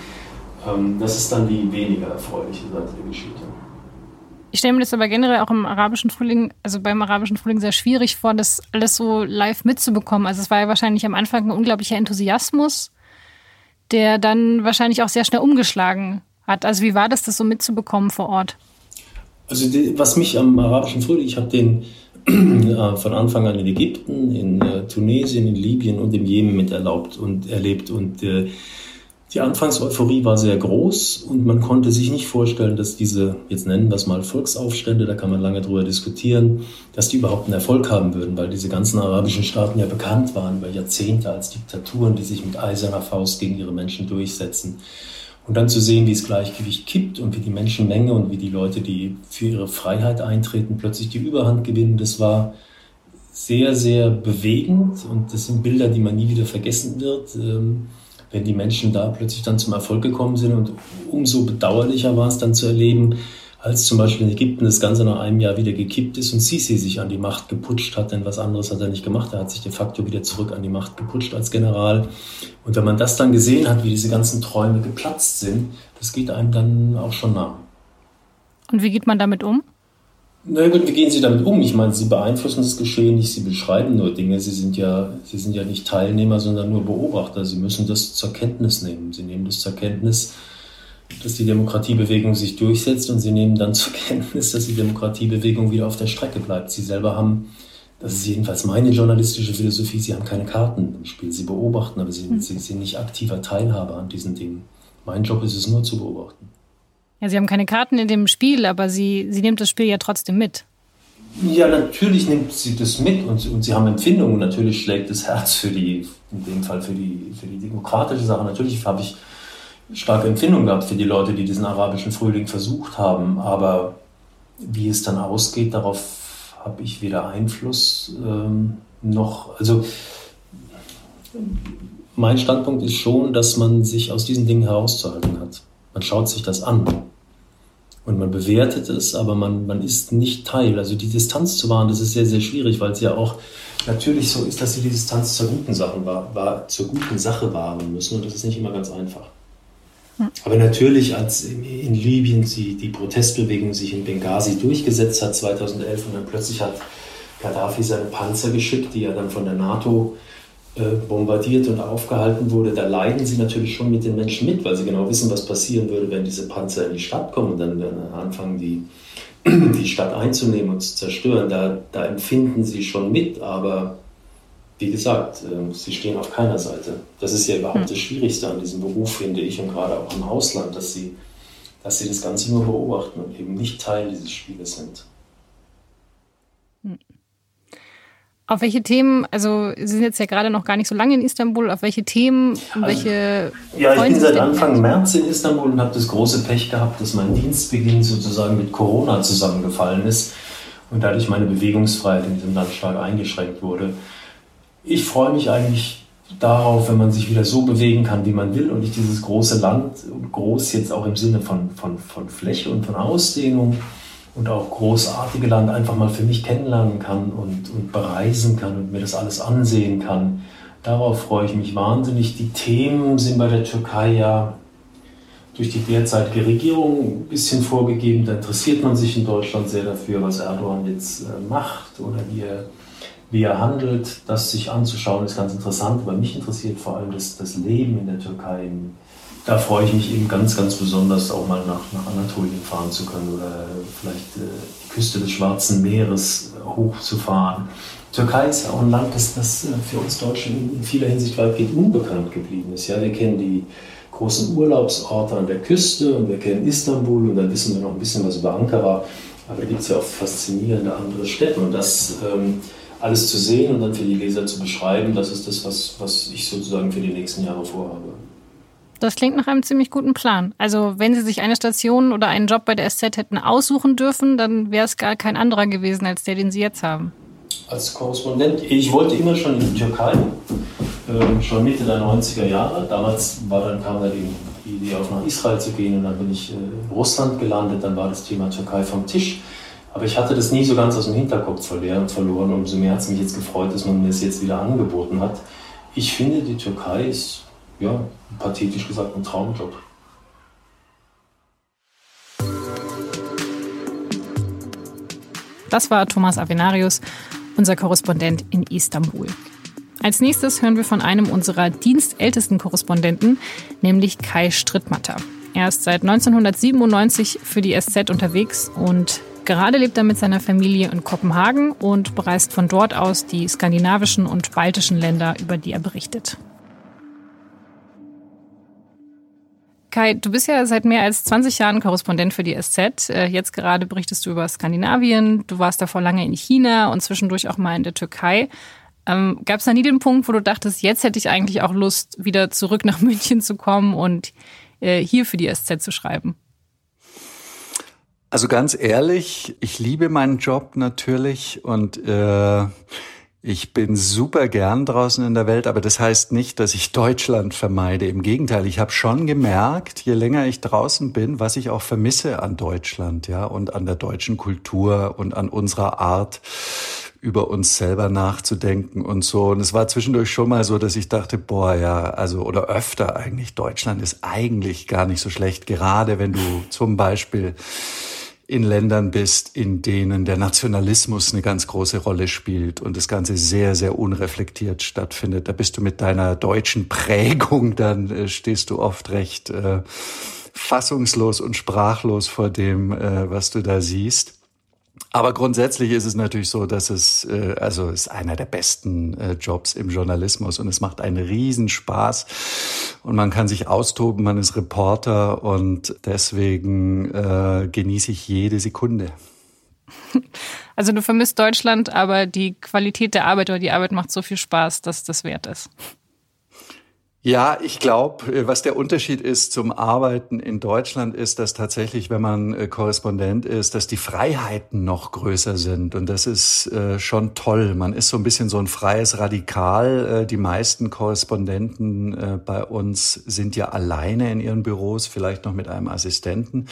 Das ist dann die weniger erfreuliche Seite der Geschichte. Ich stelle mir das aber generell auch im arabischen Frühling, also beim arabischen Frühling sehr schwierig vor, das alles so live mitzubekommen. Also es war ja wahrscheinlich am Anfang ein unglaublicher Enthusiasmus, der dann wahrscheinlich auch sehr schnell umgeschlagen hat. Also wie war das, das so mitzubekommen vor Ort? Also die, was mich am arabischen Frühling, ich habe den äh, von Anfang an in Ägypten, in äh, Tunesien, in Libyen und im Jemen miterlaubt und erlebt und äh, die Anfangseuphorie war sehr groß und man konnte sich nicht vorstellen, dass diese, jetzt nennen wir es mal Volksaufstände, da kann man lange drüber diskutieren, dass die überhaupt einen Erfolg haben würden, weil diese ganzen arabischen Staaten ja bekannt waren über Jahrzehnte als Diktaturen, die sich mit eiserner Faust gegen ihre Menschen durchsetzen. Und dann zu sehen, wie das Gleichgewicht kippt und wie die Menschenmenge und wie die Leute, die für ihre Freiheit eintreten, plötzlich die Überhand gewinnen, das war sehr, sehr bewegend und das sind Bilder, die man nie wieder vergessen wird, wenn die Menschen da plötzlich dann zum Erfolg gekommen sind. Und umso bedauerlicher war es dann zu erleben, als zum Beispiel in Ägypten das Ganze nach einem Jahr wieder gekippt ist und Sisi sich an die Macht geputscht hat, denn was anderes hat er nicht gemacht. Er hat sich de facto wieder zurück an die Macht geputscht als General. Und wenn man das dann gesehen hat, wie diese ganzen Träume geplatzt sind, das geht einem dann auch schon nah. Und wie geht man damit um? Na gut, wie gehen Sie damit um? Ich meine, Sie beeinflussen das Geschehen nicht, Sie beschreiben nur Dinge. Sie sind ja, Sie sind ja nicht Teilnehmer, sondern nur Beobachter. Sie müssen das zur Kenntnis nehmen. Sie nehmen das zur Kenntnis, dass die Demokratiebewegung sich durchsetzt und Sie nehmen dann zur Kenntnis, dass die Demokratiebewegung wieder auf der Strecke bleibt. Sie selber haben, das ist jedenfalls meine journalistische Philosophie, Sie haben keine Karten im Spiel. Sie beobachten, aber Sie, mhm. Sie sind nicht aktiver Teilhaber an diesen Dingen. Mein Job ist es nur zu beobachten. Ja, Sie haben keine Karten in dem Spiel, aber Sie, Sie nehmen das Spiel ja trotzdem mit. Ja, natürlich nimmt sie das mit und, und Sie haben Empfindungen. Natürlich schlägt das Herz für die, in dem Fall für die, für die demokratische Sache. Natürlich habe ich starke Empfindungen gehabt für die Leute, die diesen arabischen Frühling versucht haben. Aber wie es dann ausgeht, darauf habe ich weder Einfluss ähm, noch... Also mein Standpunkt ist schon, dass man sich aus diesen Dingen herauszuhalten hat. Man schaut sich das an. Und man bewertet es, aber man, man ist nicht Teil. Also die Distanz zu wahren, das ist sehr, sehr schwierig, weil es ja auch natürlich so ist, dass sie die Distanz zur guten Sache, war, war, zur guten Sache wahren müssen. Und das ist nicht immer ganz einfach. Hm. Aber natürlich, als in, in Libyen die, die Protestbewegung sich in Benghazi durchgesetzt hat, zweitausendelf, und dann plötzlich hat Gaddafi seine Panzer geschickt, die er dann von der NATO bombardiert und aufgehalten wurde, da leiden sie natürlich schon mit den Menschen mit, weil sie genau wissen, was passieren würde, wenn diese Panzer in die Stadt kommen und dann, dann anfangen, die, die Stadt einzunehmen und zu zerstören. Da, da empfinden sie schon mit, aber wie gesagt, sie stehen auf keiner Seite. Das ist ja überhaupt das Schwierigste an diesem Beruf, finde ich, und gerade auch im Ausland, dass sie, dass sie das Ganze nur beobachten und eben nicht Teil dieses Spieles sind. Hm. Auf welche Themen, also Sie sind jetzt ja gerade noch gar nicht so lange in Istanbul, auf welche Themen, also, welche... Ja, ich bin seit Anfang März in Istanbul und habe das große Pech gehabt, dass mein Dienstbeginn sozusagen mit Corona zusammengefallen ist und dadurch meine Bewegungsfreiheit in diesem Land stark eingeschränkt wurde. Ich freue mich eigentlich darauf, wenn man sich wieder so bewegen kann, wie man will und ich dieses große Land, groß jetzt auch im Sinne von, von, von Fläche und von Ausdehnung, und auch großartige Land einfach mal für mich kennenlernen kann und, und bereisen kann und mir das alles ansehen kann. Darauf freue ich mich wahnsinnig. Die Themen sind bei der Türkei ja durch die derzeitige Regierung ein bisschen vorgegeben. Da interessiert man sich in Deutschland sehr dafür, was Erdogan jetzt äh, macht oder wie er, wie er handelt. Das sich anzuschauen ist ganz interessant, aber mich interessiert vor allem das, das Leben in der Türkei. Da freue ich mich eben ganz, ganz besonders, auch mal nach, nach Anatolien fahren zu können oder vielleicht äh, die Küste des Schwarzen Meeres äh, hochzufahren. Türkei ist ja auch ein Land, das, das äh, für uns Deutschen in vieler Hinsicht weitgehend unbekannt geblieben ist. Ja, wir kennen die großen Urlaubsorte an der Küste und wir kennen Istanbul und dann wissen wir noch ein bisschen was über Ankara. Aber da gibt es ja auch faszinierende andere Städte und das ähm, alles zu sehen und dann für die Leser zu beschreiben, das ist das, was, was ich sozusagen für die nächsten Jahre vorhabe. Das klingt nach einem ziemlich guten Plan. Also wenn Sie sich eine Station oder einen Job bei der S Z hätten aussuchen dürfen, dann wäre es gar kein anderer gewesen als der, den Sie jetzt haben. Als Korrespondent, ich wollte immer schon in die Türkei, äh, schon Mitte der neunziger Jahre. Damals war dann, kam da die, die Idee auf, nach Israel zu gehen und dann bin ich äh, in Russland gelandet. Dann war das Thema Türkei vom Tisch. Aber ich hatte das nie so ganz aus dem Hinterkopf verloren. Umso mehr hat es mich jetzt gefreut, dass man mir es jetzt wieder angeboten hat. Ich finde, die Türkei ist, ja, pathetisch gesagt, ein Traumjob. Das war Thomas Avenarius, unser Korrespondent in Istanbul. Als nächstes hören wir von einem unserer dienstältesten Korrespondenten, nämlich Kai Strittmatter. Er ist seit neunzehnhundertsiebenundneunzig für die S Z unterwegs und gerade lebt er mit seiner Familie in Kopenhagen und bereist von dort aus die skandinavischen und baltischen Länder, über die er berichtet. Kai, du bist ja seit mehr als zwanzig Jahren Korrespondent für die S Z. Jetzt gerade berichtest du über Skandinavien. Du warst davor lange in China und zwischendurch auch mal in der Türkei. Ähm, Gab es da nie den Punkt, wo du dachtest, jetzt hätte ich eigentlich auch Lust, wieder zurück nach München zu kommen und äh, hier für die S Z zu schreiben? Also ganz ehrlich, ich liebe meinen Job natürlich und äh, ich bin super gern draußen in der Welt, aber das heißt nicht, dass ich Deutschland vermeide. Im Gegenteil, ich habe schon gemerkt, je länger ich draußen bin, was ich auch vermisse an Deutschland, ja, und an der deutschen Kultur und an unserer Art, über uns selber nachzudenken und so. Und es war zwischendurch schon mal so, dass ich dachte, boah, ja, also, oder öfter eigentlich, Deutschland ist eigentlich gar nicht so schlecht, gerade wenn du zum Beispiel in Ländern bist, in denen der Nationalismus eine ganz große Rolle spielt und das Ganze sehr, sehr unreflektiert stattfindet. Da bist du mit deiner deutschen Prägung, dann äh, stehst du oft recht äh, fassungslos und sprachlos vor dem, äh, was du da siehst. Aber grundsätzlich ist es natürlich so, dass es, äh, also ist einer der besten äh, Jobs im Journalismus und es macht einen Riesenspaß und man kann sich austoben, man ist Reporter und deswegen äh, genieße ich jede Sekunde. Also du vermisst Deutschland, aber die Qualität der Arbeit oder die Arbeit macht so viel Spaß, dass das wert ist. Ja, ich glaube, was der Unterschied ist zum Arbeiten in Deutschland ist, dass tatsächlich, wenn man Korrespondent ist, dass die Freiheiten noch größer sind. Und das ist äh, schon toll. Man ist so ein bisschen so ein freies Radikal. Äh, die meisten Korrespondenten äh, bei uns sind ja alleine in ihren Büros, vielleicht noch mit einem Assistenten.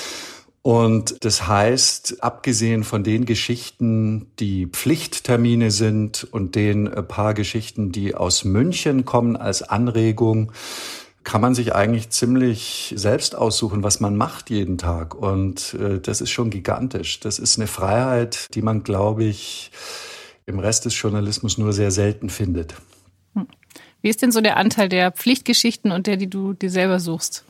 Und das heißt, abgesehen von den Geschichten, die Pflichttermine sind und den paar Geschichten, die aus München kommen als Anregung, kann man sich eigentlich ziemlich selbst aussuchen, was man macht jeden Tag. Und äh, das ist schon gigantisch. Das ist eine Freiheit, die man, glaube ich, im Rest des Journalismus nur sehr selten findet. Wie ist denn so der Anteil der Pflichtgeschichten und der, die du dir selber suchst?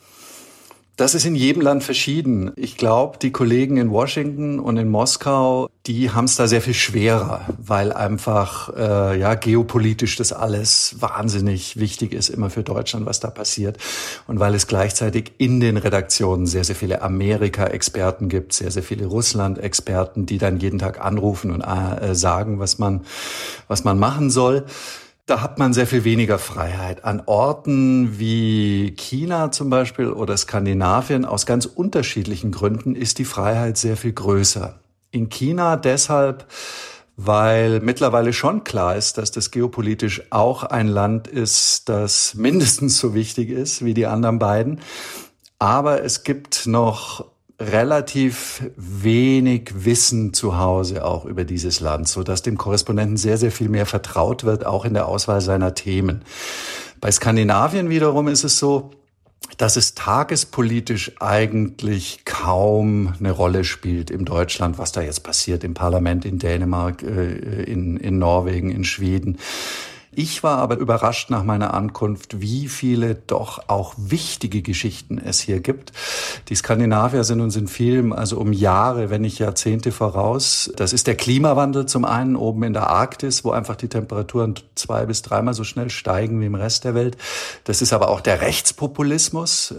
Das ist in jedem Land verschieden. Ich glaube, die Kollegen in Washington und in Moskau, die haben es da sehr viel schwerer, weil einfach äh, ja geopolitisch das alles wahnsinnig wichtig ist, immer für Deutschland, was da passiert. Und weil es gleichzeitig in den Redaktionen sehr, sehr viele Amerika-Experten gibt, sehr, sehr viele Russland-Experten, die dann jeden Tag anrufen und äh, sagen, was man, was man machen soll. Da hat man sehr viel weniger Freiheit. An Orten wie China zum Beispiel oder Skandinavien aus ganz unterschiedlichen Gründen ist die Freiheit sehr viel größer. In China deshalb, weil mittlerweile schon klar ist, dass das geopolitisch auch ein Land ist, das mindestens so wichtig ist wie die anderen beiden. Aber es gibt noch relativ wenig Wissen zu Hause auch über dieses Land, so dass dem Korrespondenten sehr, sehr viel mehr vertraut wird, auch in der Auswahl seiner Themen. Bei Skandinavien wiederum ist es so, dass es tagespolitisch eigentlich kaum eine Rolle spielt in Deutschland, was da jetzt passiert im Parlament in Dänemark, in, in Norwegen, in Schweden. Ich war aber überrascht nach meiner Ankunft, wie viele doch auch wichtige Geschichten es hier gibt. Die Skandinavier sind uns in vielem, also um Jahre, wenn nicht Jahrzehnte voraus. Das ist der Klimawandel zum einen oben in der Arktis, wo einfach die Temperaturen zwei bis dreimal so schnell steigen wie im Rest der Welt. Das ist aber auch der Rechtspopulismus.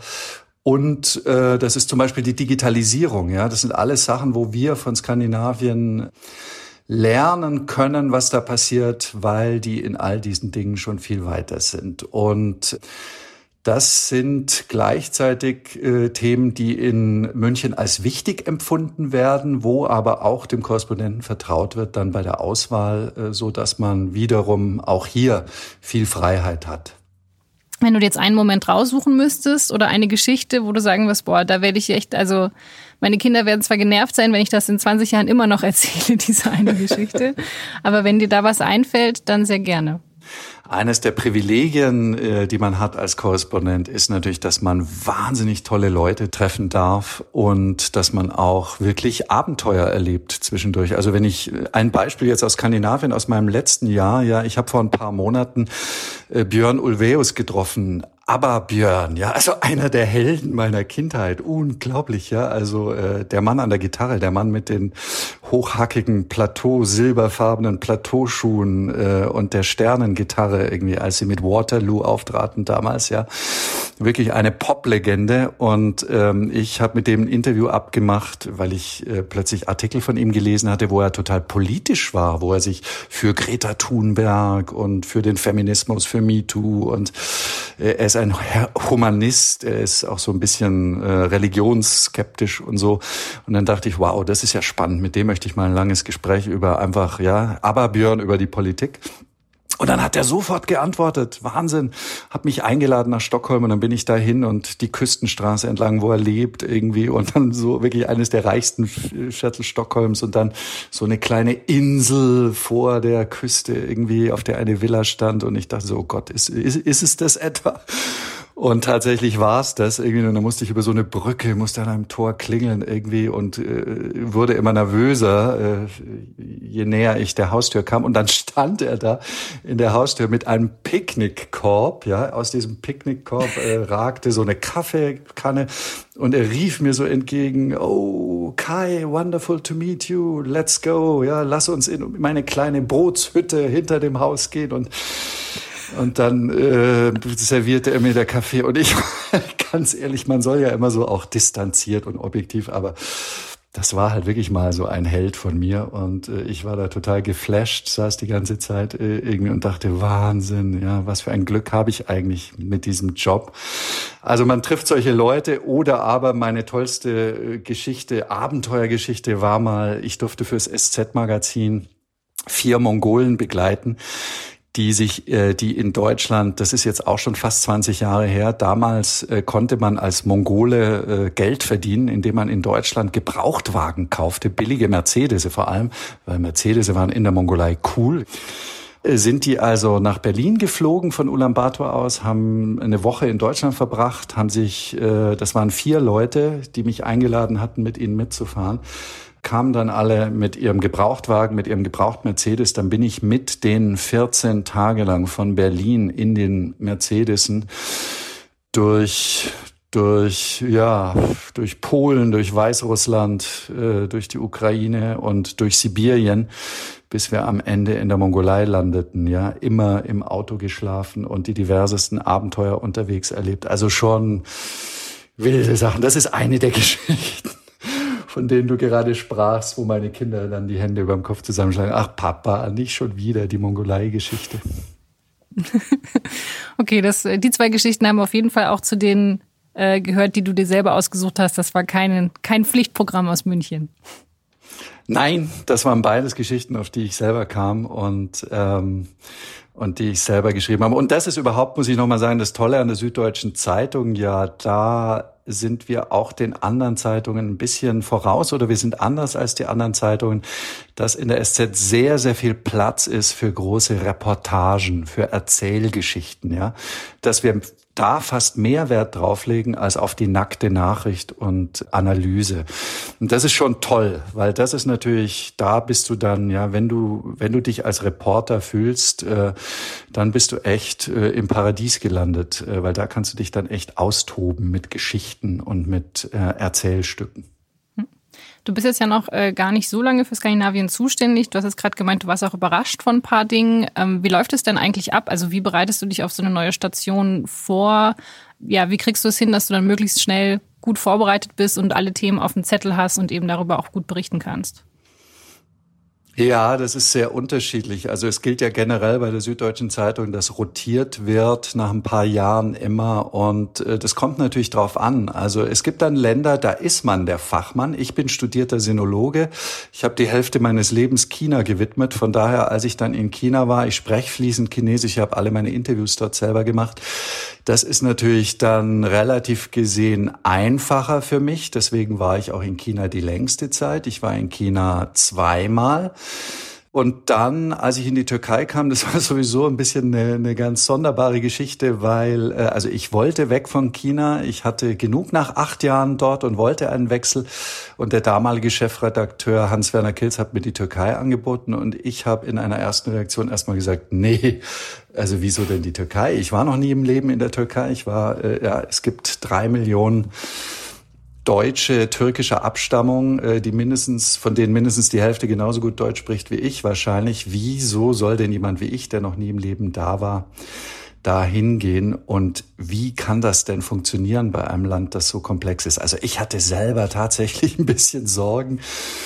Und das ist zum Beispiel die Digitalisierung. Ja, das sind alles Sachen, wo wir von Skandinavien lernen können, was da passiert, weil die in all diesen Dingen schon viel weiter sind. Und das sind gleichzeitig äh, Themen, die in München als wichtig empfunden werden, wo aber auch dem Korrespondenten vertraut wird dann bei der Auswahl, äh, so dass man wiederum auch hier viel Freiheit hat. Wenn du dir jetzt einen Moment raussuchen müsstest oder eine Geschichte, wo du sagen wirst, boah, da werde ich echt, also meine Kinder werden zwar genervt sein, wenn ich das in zwanzig Jahren immer noch erzähle, diese eine Geschichte, aber wenn dir da was einfällt, dann sehr gerne. Eines der Privilegien, die man hat als Korrespondent, ist natürlich, dass man wahnsinnig tolle Leute treffen darf und dass man auch wirklich Abenteuer erlebt zwischendurch. Also wenn ich ein Beispiel jetzt aus Skandinavien aus meinem letzten Jahr, ja, ich habe vor ein paar Monaten Björn Ulvaeus getroffen. Aber Björn, ja, also einer der Helden meiner Kindheit, unglaublich, ja, also äh, der Mann an der Gitarre, der Mann mit den hochhackigen Plateau, silberfarbenen Plateauschuhen äh, und der Sternengitarre irgendwie, als sie mit Waterloo auftraten damals, ja, wirklich eine Pop-Legende. Und ähm, ich habe mit dem ein Interview abgemacht, weil ich äh, plötzlich Artikel von ihm gelesen hatte, wo er total politisch war, wo er sich für Greta Thunberg und für den Feminismus, für MeToo und äh, er ist ein Humanist, er ist auch so ein bisschen äh, religionsskeptisch und so. Und dann dachte ich, wow, das ist ja spannend, mit dem möchte ich mal ein langes Gespräch über einfach, ja, aber Björn über die Politik. Und dann hat er sofort geantwortet, Wahnsinn, hat mich eingeladen nach Stockholm und dann bin ich dahin und die Küstenstraße entlang, wo er lebt irgendwie und dann so wirklich eines der reichsten Viertel Stockholms und dann so eine kleine Insel vor der Küste irgendwie, auf der eine Villa stand und ich dachte so, oh Gott, ist, ist, ist es das etwa? Und tatsächlich war es das irgendwie und dann musste ich über so eine Brücke, musste an einem Tor klingeln irgendwie und äh, wurde immer nervöser, äh, je näher ich der Haustür kam und dann stand er da in der Haustür mit einem Picknickkorb, ja, aus diesem Picknickkorb äh, ragte so eine Kaffeekanne und er rief mir so entgegen, oh Kai, wonderful to meet you, let's go, ja, lass uns in meine kleine Bootshütte hinter dem Haus gehen und Und dann äh, servierte er mir der Kaffee und ich, ganz ehrlich, man soll ja immer so auch distanziert und objektiv, aber das war halt wirklich mal so ein Held von mir und äh, ich war da total geflasht, saß die ganze Zeit äh, irgendwie und dachte, Wahnsinn, ja, was für ein Glück habe ich eigentlich mit diesem Job. Also man trifft solche Leute oder aber meine tollste Geschichte, Abenteuergeschichte war mal, ich durfte fürs S Z-Magazin vier Mongolen begleiten, die sich, äh, die in Deutschland, das ist jetzt auch schon fast zwanzig Jahre her, damals äh, konnte man als Mongole äh, Geld verdienen, indem man in Deutschland Gebrauchtwagen kaufte, billige Mercedes vor allem, weil Mercedes waren in der Mongolei cool. Äh, sind die also nach Berlin geflogen von Ulaanbaatar aus, haben eine Woche in Deutschland verbracht, haben sich, äh, das waren vier Leute, die mich eingeladen hatten, mit ihnen mitzufahren, kamen dann alle mit ihrem Gebrauchtwagen, mit ihrem Gebraucht-Mercedes. Dann bin ich mit denen vierzehn Tage lang von Berlin in den Mercedesen durch, durch, ja, durch Polen, durch Weißrussland, äh, durch die Ukraine und durch Sibirien, bis wir am Ende in der Mongolei landeten, ja, immer im Auto geschlafen und die diversesten Abenteuer unterwegs erlebt. Also schon wilde Sachen. Das ist eine der Geschichten, von denen du gerade sprachst, wo meine Kinder dann die Hände über dem Kopf zusammenschlagen. Ach Papa, nicht schon wieder die Mongolei-Geschichte. Okay, das, die zwei Geschichten haben auf jeden Fall auch zu denen äh, gehört, die du dir selber ausgesucht hast. Das war kein, kein Pflichtprogramm aus München. Nein, das waren beides Geschichten, auf die ich selber kam und ähm, und die ich selber geschrieben habe. Und das ist überhaupt, muss ich nochmal sagen, das Tolle an der Süddeutschen Zeitung. Ja, da sind wir auch den anderen Zeitungen ein bisschen voraus oder wir sind anders als die anderen Zeitungen, dass in der S Z sehr, sehr viel Platz ist für große Reportagen, für Erzählgeschichten, ja, dass wir da fast mehr Wert drauflegen als auf die nackte Nachricht und Analyse. Und das ist schon toll, weil das ist natürlich, da bist du dann, ja, wenn du, wenn du dich als Reporter fühlst, äh, dann bist du echt äh, im Paradies gelandet, äh, weil da kannst du dich dann echt austoben mit Geschichten und mit äh, Erzählstücken. Du bist jetzt ja noch äh, gar nicht so lange für Skandinavien zuständig. Du hast jetzt gerade gemeint, du warst auch überrascht von ein paar Dingen. Ähm, wie läuft es denn eigentlich ab? Also wie bereitest du dich auf so eine neue Station vor? Ja, wie kriegst du es hin, dass du dann möglichst schnell gut vorbereitet bist und alle Themen auf dem Zettel hast und eben darüber auch gut berichten kannst? Ja, das ist sehr unterschiedlich. Also es gilt ja generell bei der Süddeutschen Zeitung, dass rotiert wird nach ein paar Jahren immer und äh, das kommt natürlich drauf an. Also es gibt dann Länder, da ist man der Fachmann. Ich bin studierter Sinologe. Ich habe die Hälfte meines Lebens China gewidmet. Von daher, als ich dann in China war, ich spreche fließend Chinesisch, ich habe alle meine Interviews dort selber gemacht. Das ist natürlich dann relativ gesehen einfacher für mich. Deswegen war ich auch in China die längste Zeit. Ich war in China zweimal. Und dann, als ich in die Türkei kam, das war sowieso ein bisschen eine, eine ganz sonderbare Geschichte, weil äh, also ich wollte weg von China. Ich hatte genug nach acht Jahren dort und wollte einen Wechsel. Und der damalige Chefredakteur Hans-Werner Kilz hat mir die Türkei angeboten. Und ich habe in einer ersten Reaktion erstmal gesagt, nee, also wieso denn die Türkei? Ich war noch nie im Leben in der Türkei. Ich war, äh, ja, es gibt drei Millionen Deutsche türkischer Abstammung, die mindestens, von denen mindestens die Hälfte genauso gut Deutsch spricht wie ich wahrscheinlich. Wieso soll denn jemand wie ich, der noch nie im Leben da war, da hingehen? Und wie kann das denn funktionieren bei einem Land, das so komplex ist? Also ich hatte selber tatsächlich ein bisschen Sorgen.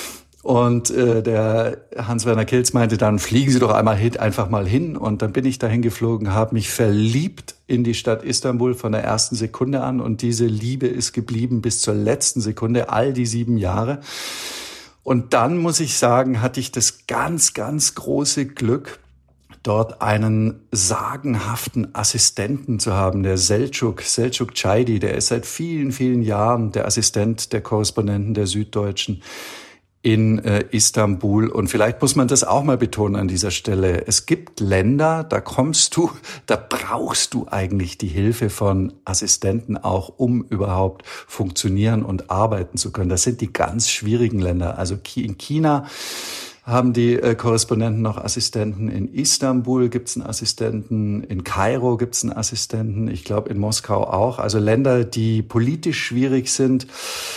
Und äh, der Hans-Werner Kilz meinte dann, fliegen Sie doch einmal hin, einfach mal hin. Und dann bin ich dahin geflogen, habe mich verliebt in die Stadt Istanbul von der ersten Sekunde an. Und diese Liebe ist geblieben bis zur letzten Sekunde, all die sieben Jahre. Und dann, muss ich sagen, hatte ich das ganz, ganz große Glück, dort einen sagenhaften Assistenten zu haben, der Selçuk, Selçuk Çaydi, der ist seit vielen, vielen Jahren der Assistent der Korrespondenten der Süddeutschen in äh, Istanbul. Und vielleicht muss man das auch mal betonen an dieser Stelle. Es gibt Länder, da kommst du, da brauchst du eigentlich die Hilfe von Assistenten auch, um überhaupt funktionieren und arbeiten zu können. Das sind die ganz schwierigen Länder. Also in China haben die äh, Korrespondenten noch Assistenten. In Istanbul gibt's einen Assistenten. In Kairo gibt's einen Assistenten. Ich glaube in Moskau auch. Also Länder, die politisch schwierig sind.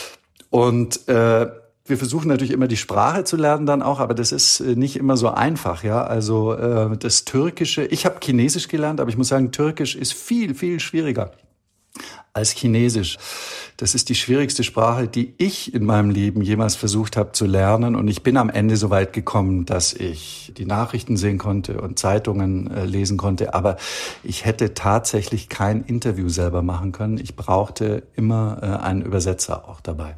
Und äh, wir versuchen natürlich immer die Sprache zu lernen dann auch, aber das ist nicht immer so einfach, ja. Also äh, das Türkische, ich habe Chinesisch gelernt, aber ich muss sagen, Türkisch ist viel, viel schwieriger als Chinesisch. Das ist die schwierigste Sprache, die ich in meinem Leben jemals versucht habe zu lernen. Und ich bin am Ende so weit gekommen, dass ich die Nachrichten sehen konnte und Zeitungen äh, lesen konnte. Aber ich hätte tatsächlich kein Interview selber machen können. Ich brauchte immer äh, einen Übersetzer auch dabei.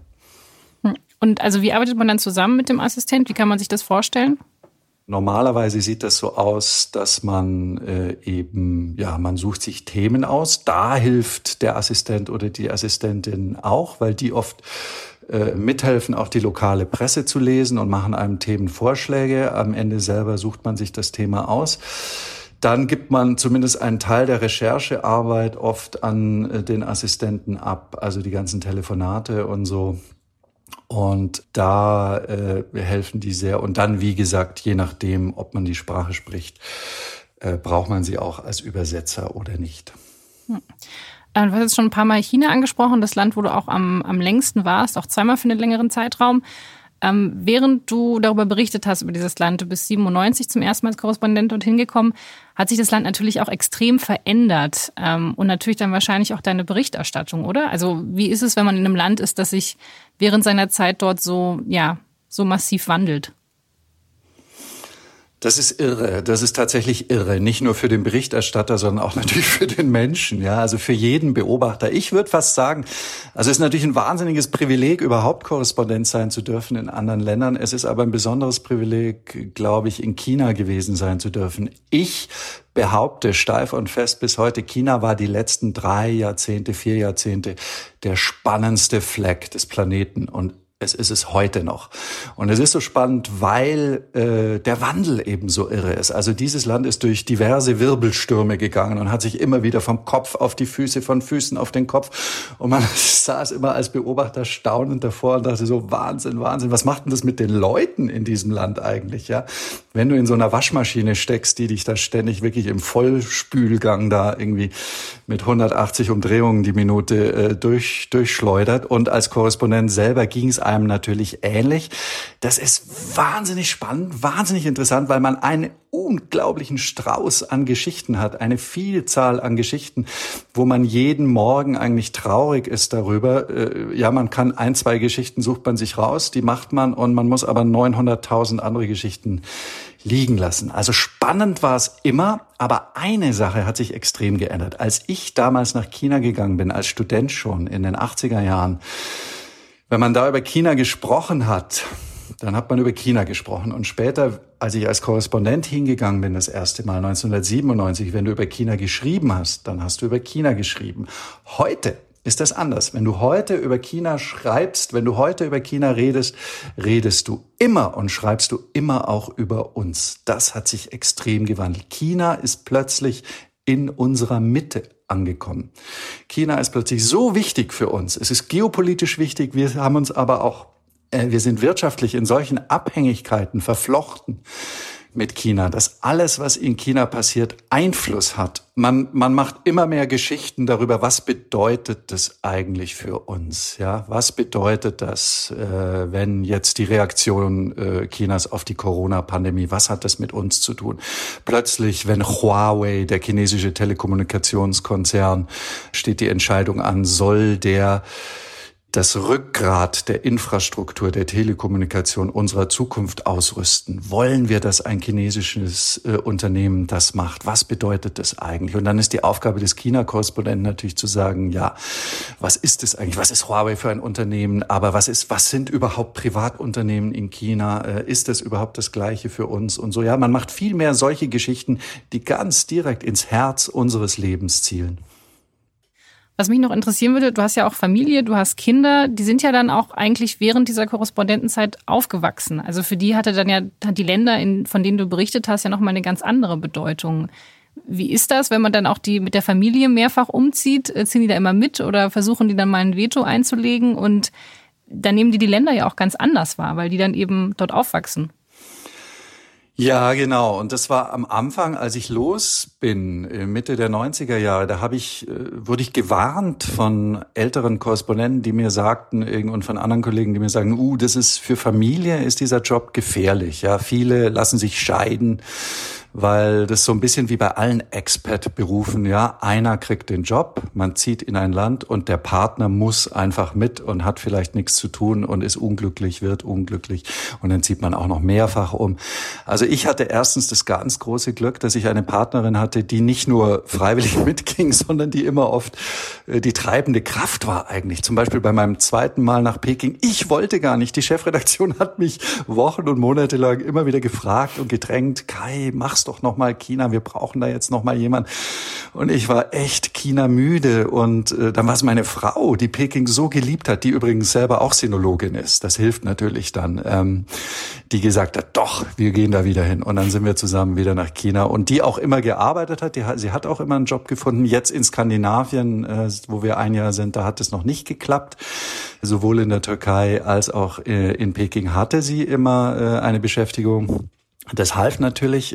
Und also wie arbeitet man dann zusammen mit dem Assistent? Wie kann man sich das vorstellen? Normalerweise sieht das so aus, dass man äh, eben, ja, man sucht sich Themen aus. Da hilft der Assistent oder die Assistentin auch, weil die oft äh, mithelfen, auch die lokale Presse zu lesen und machen einem Themenvorschläge. Am Ende selber sucht man sich das Thema aus. Dann gibt man zumindest einen Teil der Recherchearbeit oft an äh, den Assistenten ab, also die ganzen Telefonate und so. Und da äh, helfen die sehr. Und dann, wie gesagt, je nachdem, ob man die Sprache spricht, äh, braucht man sie auch als Übersetzer oder nicht. Hm. Du hast jetzt schon ein paar Mal China angesprochen, das Land, wo du auch am, am längsten warst, auch zweimal für einen längeren Zeitraum. Ähm, während du darüber berichtet hast, über dieses Land, du bist siebenundneunzig zum ersten Mal als Korrespondent dorthin gekommen, hat sich das Land natürlich auch extrem verändert. Ähm, und natürlich dann wahrscheinlich auch deine Berichterstattung, oder? Also wie ist es, wenn man in einem Land ist, das sich während seiner Zeit dort so, ja, so massiv wandelt? Das ist irre. Das ist tatsächlich irre. Nicht nur für den Berichterstatter, sondern auch natürlich für den Menschen. Ja, also für jeden Beobachter. Ich würde fast sagen, also es ist natürlich ein wahnsinniges Privileg, überhaupt Korrespondent sein zu dürfen in anderen Ländern. Es ist aber ein besonderes Privileg, glaube ich, in China gewesen sein zu dürfen. Ich behaupte steif und fest bis heute, China war die letzten drei Jahrzehnte, vier Jahrzehnte der spannendste Fleck des Planeten. Und es ist es heute noch. Und es ist so spannend, weil äh, der Wandel eben so irre ist. Also dieses Land ist durch diverse Wirbelstürme gegangen und hat sich immer wieder vom Kopf auf die Füße, von Füßen auf den Kopf. Und man saß immer als Beobachter staunend davor und dachte so, Wahnsinn, Wahnsinn, was macht denn das mit den Leuten in diesem Land eigentlich? Ja, wenn du in so einer Waschmaschine steckst, die dich da ständig wirklich im Vollspülgang da irgendwie mit hundertachtzig Umdrehungen die Minute äh, durch, durchschleudert. Und als Korrespondent selber ging es einem natürlich ähnlich. Das ist wahnsinnig spannend, wahnsinnig interessant, weil man einen unglaublichen Strauß an Geschichten hat, eine Vielzahl an Geschichten, wo man jeden Morgen eigentlich traurig ist darüber. Ja, man kann ein, zwei Geschichten sucht man sich raus, die macht man und man muss aber neunhunderttausend andere Geschichten liegen lassen. Also spannend war es immer, aber eine Sache hat sich extrem geändert. Als ich damals nach China gegangen bin, als Student schon in den achtziger Jahren, wenn man da über China gesprochen hat, dann hat man über China gesprochen. Und später, als ich als Korrespondent hingegangen bin, das erste Mal neunzehnhundertsiebenundneunzig, wenn du über China geschrieben hast, dann hast du über China geschrieben. Heute ist das anders. Wenn du heute über China schreibst, wenn du heute über China redest, redest du immer und schreibst du immer auch über uns. Das hat sich extrem gewandelt. China ist plötzlich in unserer Mitte angekommen. China ist plötzlich so wichtig für uns. Es ist geopolitisch wichtig. Wir haben uns aber auch, äh, wir sind wirtschaftlich in solchen Abhängigkeiten verflochten mit China, dass alles, was in China passiert, Einfluss hat. Man, man macht immer mehr Geschichten darüber, was bedeutet das eigentlich für uns? Ja, was bedeutet das, äh, wenn jetzt die Reaktion äh, Chinas auf die Corona-Pandemie, was hat das mit uns zu tun? Plötzlich, wenn Huawei, der chinesische Telekommunikationskonzern, steht die Entscheidung an, soll der das Rückgrat der Infrastruktur, der Telekommunikation unserer Zukunft ausrüsten? Wollen wir, dass ein chinesisches äh, Unternehmen das macht? Was bedeutet das eigentlich? Und dann ist die Aufgabe des China-Korrespondenten natürlich zu sagen, ja, was ist es eigentlich? Was ist Huawei für ein Unternehmen? Aber was ist, was sind überhaupt Privatunternehmen in China? Äh, ist das überhaupt das Gleiche für uns? Und so, ja, man macht viel mehr solche Geschichten, die ganz direkt ins Herz unseres Lebens zielen. Was mich noch interessieren würde, du hast ja auch Familie, du hast Kinder, die sind ja dann auch eigentlich während dieser Korrespondentenzeit aufgewachsen. Also für die hatte dann ja die Länder, in, von denen du berichtet hast, ja nochmal eine ganz andere Bedeutung. Wie ist das, wenn man dann auch die mit der Familie mehrfach umzieht? Ziehen die da immer mit oder versuchen die dann mal ein Veto einzulegen? Und dann nehmen die die Länder ja auch ganz anders wahr, weil die dann eben dort aufwachsen. Ja, genau. Und das war am Anfang, als ich los bin, Mitte der neunziger Jahre, da habe ich, wurde ich gewarnt von älteren Korrespondenten, die mir sagten, und von anderen Kollegen, die mir sagen, uh, das ist für Familie, ist dieser Job gefährlich. Ja, viele lassen sich scheiden, weil das so ein bisschen wie bei allen Expat-Berufen, ja, einer kriegt den Job, man zieht in ein Land und der Partner muss einfach mit und hat vielleicht nichts zu tun und ist unglücklich, wird unglücklich und dann zieht man auch noch mehrfach um. Also ich hatte erstens das ganz große Glück, dass ich eine Partnerin hatte, die nicht nur freiwillig mitging, sondern die immer oft die treibende Kraft war eigentlich. Zum Beispiel bei meinem zweiten Mal nach Peking. Ich wollte gar nicht. Die Chefredaktion hat mich Wochen und Monate lang immer wieder gefragt und gedrängt, Kai, mach's doch noch mal China, wir brauchen da jetzt noch mal jemand. Und ich war echt China müde und äh, dann war es meine Frau, die Peking so geliebt hat, die übrigens selber auch Sinologin ist, das hilft natürlich dann, ähm, die gesagt hat, doch, wir gehen da wieder hin und dann sind wir zusammen wieder nach China und die auch immer gearbeitet hat, die, sie hat auch immer einen Job gefunden, jetzt in Skandinavien, äh, wo wir ein Jahr sind, da hat es noch nicht geklappt, sowohl in der Türkei als auch äh, in Peking hatte sie immer äh, eine Beschäftigung. Das half natürlich.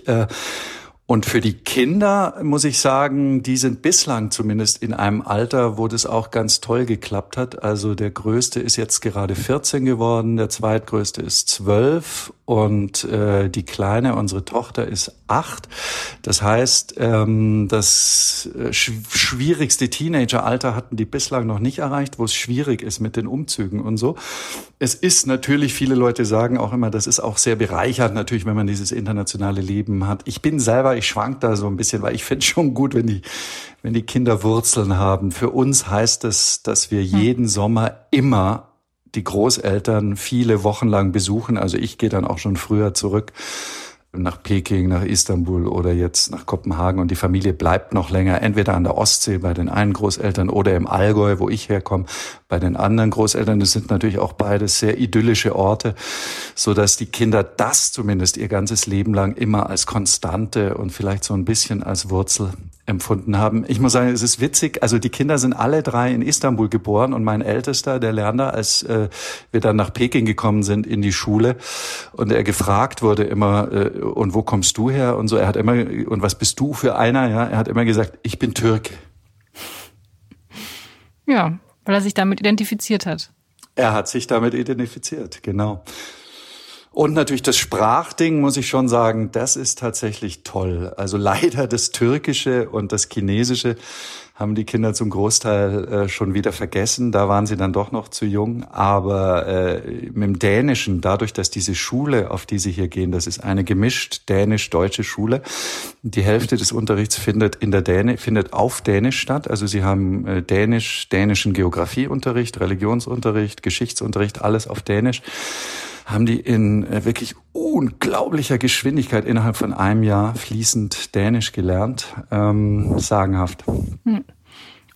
Und für die Kinder muss ich sagen, die sind bislang zumindest in einem Alter, wo das auch ganz toll geklappt hat. Also der Größte ist jetzt gerade vierzehn geworden, der Zweitgrößte ist zwölf und äh, die Kleine, unsere Tochter, ist acht. Das heißt, ähm, das sch- schwierigste Teenageralter hatten die bislang noch nicht erreicht, wo es schwierig ist mit den Umzügen und so. Es ist natürlich, viele Leute sagen auch immer, das ist auch sehr bereichernd natürlich, wenn man dieses internationale Leben hat. Ich bin selber, ich schwank da so ein bisschen, weil ich finde es schon gut, wenn die, wenn die Kinder Wurzeln haben. Für uns heißt es, dass wir jeden Sommer immer die Großeltern viele Wochen lang besuchen. Also ich gehe dann auch schon früher zurück nach Peking, nach Istanbul oder jetzt nach Kopenhagen und die Familie bleibt noch länger, entweder an der Ostsee bei den einen Großeltern oder im Allgäu, wo ich herkomme, bei den anderen Großeltern. Das sind natürlich auch beides sehr idyllische Orte, so dass die Kinder das zumindest ihr ganzes Leben lang immer als Konstante und vielleicht so ein bisschen als Wurzel empfunden haben. Ich muss sagen, es ist witzig, also die Kinder sind alle drei in Istanbul geboren und mein Ältester, der lernt da, als äh, wir dann nach Peking gekommen sind in die Schule und er gefragt wurde immer, äh, und wo kommst du her und so, er hat immer, und was bist du für einer, ja, er hat immer gesagt, ich bin Türke. Ja, weil er sich damit identifiziert hat. Er hat sich damit identifiziert, genau. Und natürlich das Sprachding, muss ich schon sagen, das ist tatsächlich toll. Also leider das Türkische und das Chinesische haben die Kinder zum Großteil äh, schon wieder vergessen. Da waren sie dann doch noch zu jung. Aber äh, mit dem Dänischen, dadurch, dass diese Schule, auf die sie hier gehen, das ist eine gemischt dänisch-deutsche Schule. Die Hälfte des Unterrichts findet in der Däne, findet auf Dänisch statt. Also sie haben äh, Dänisch, dänischen Geografieunterricht, Religionsunterricht, Geschichtsunterricht, alles auf Dänisch. Haben die in äh, wirklich unglaublicher Geschwindigkeit innerhalb von einem Jahr fließend Dänisch gelernt. Ähm, sagenhaft.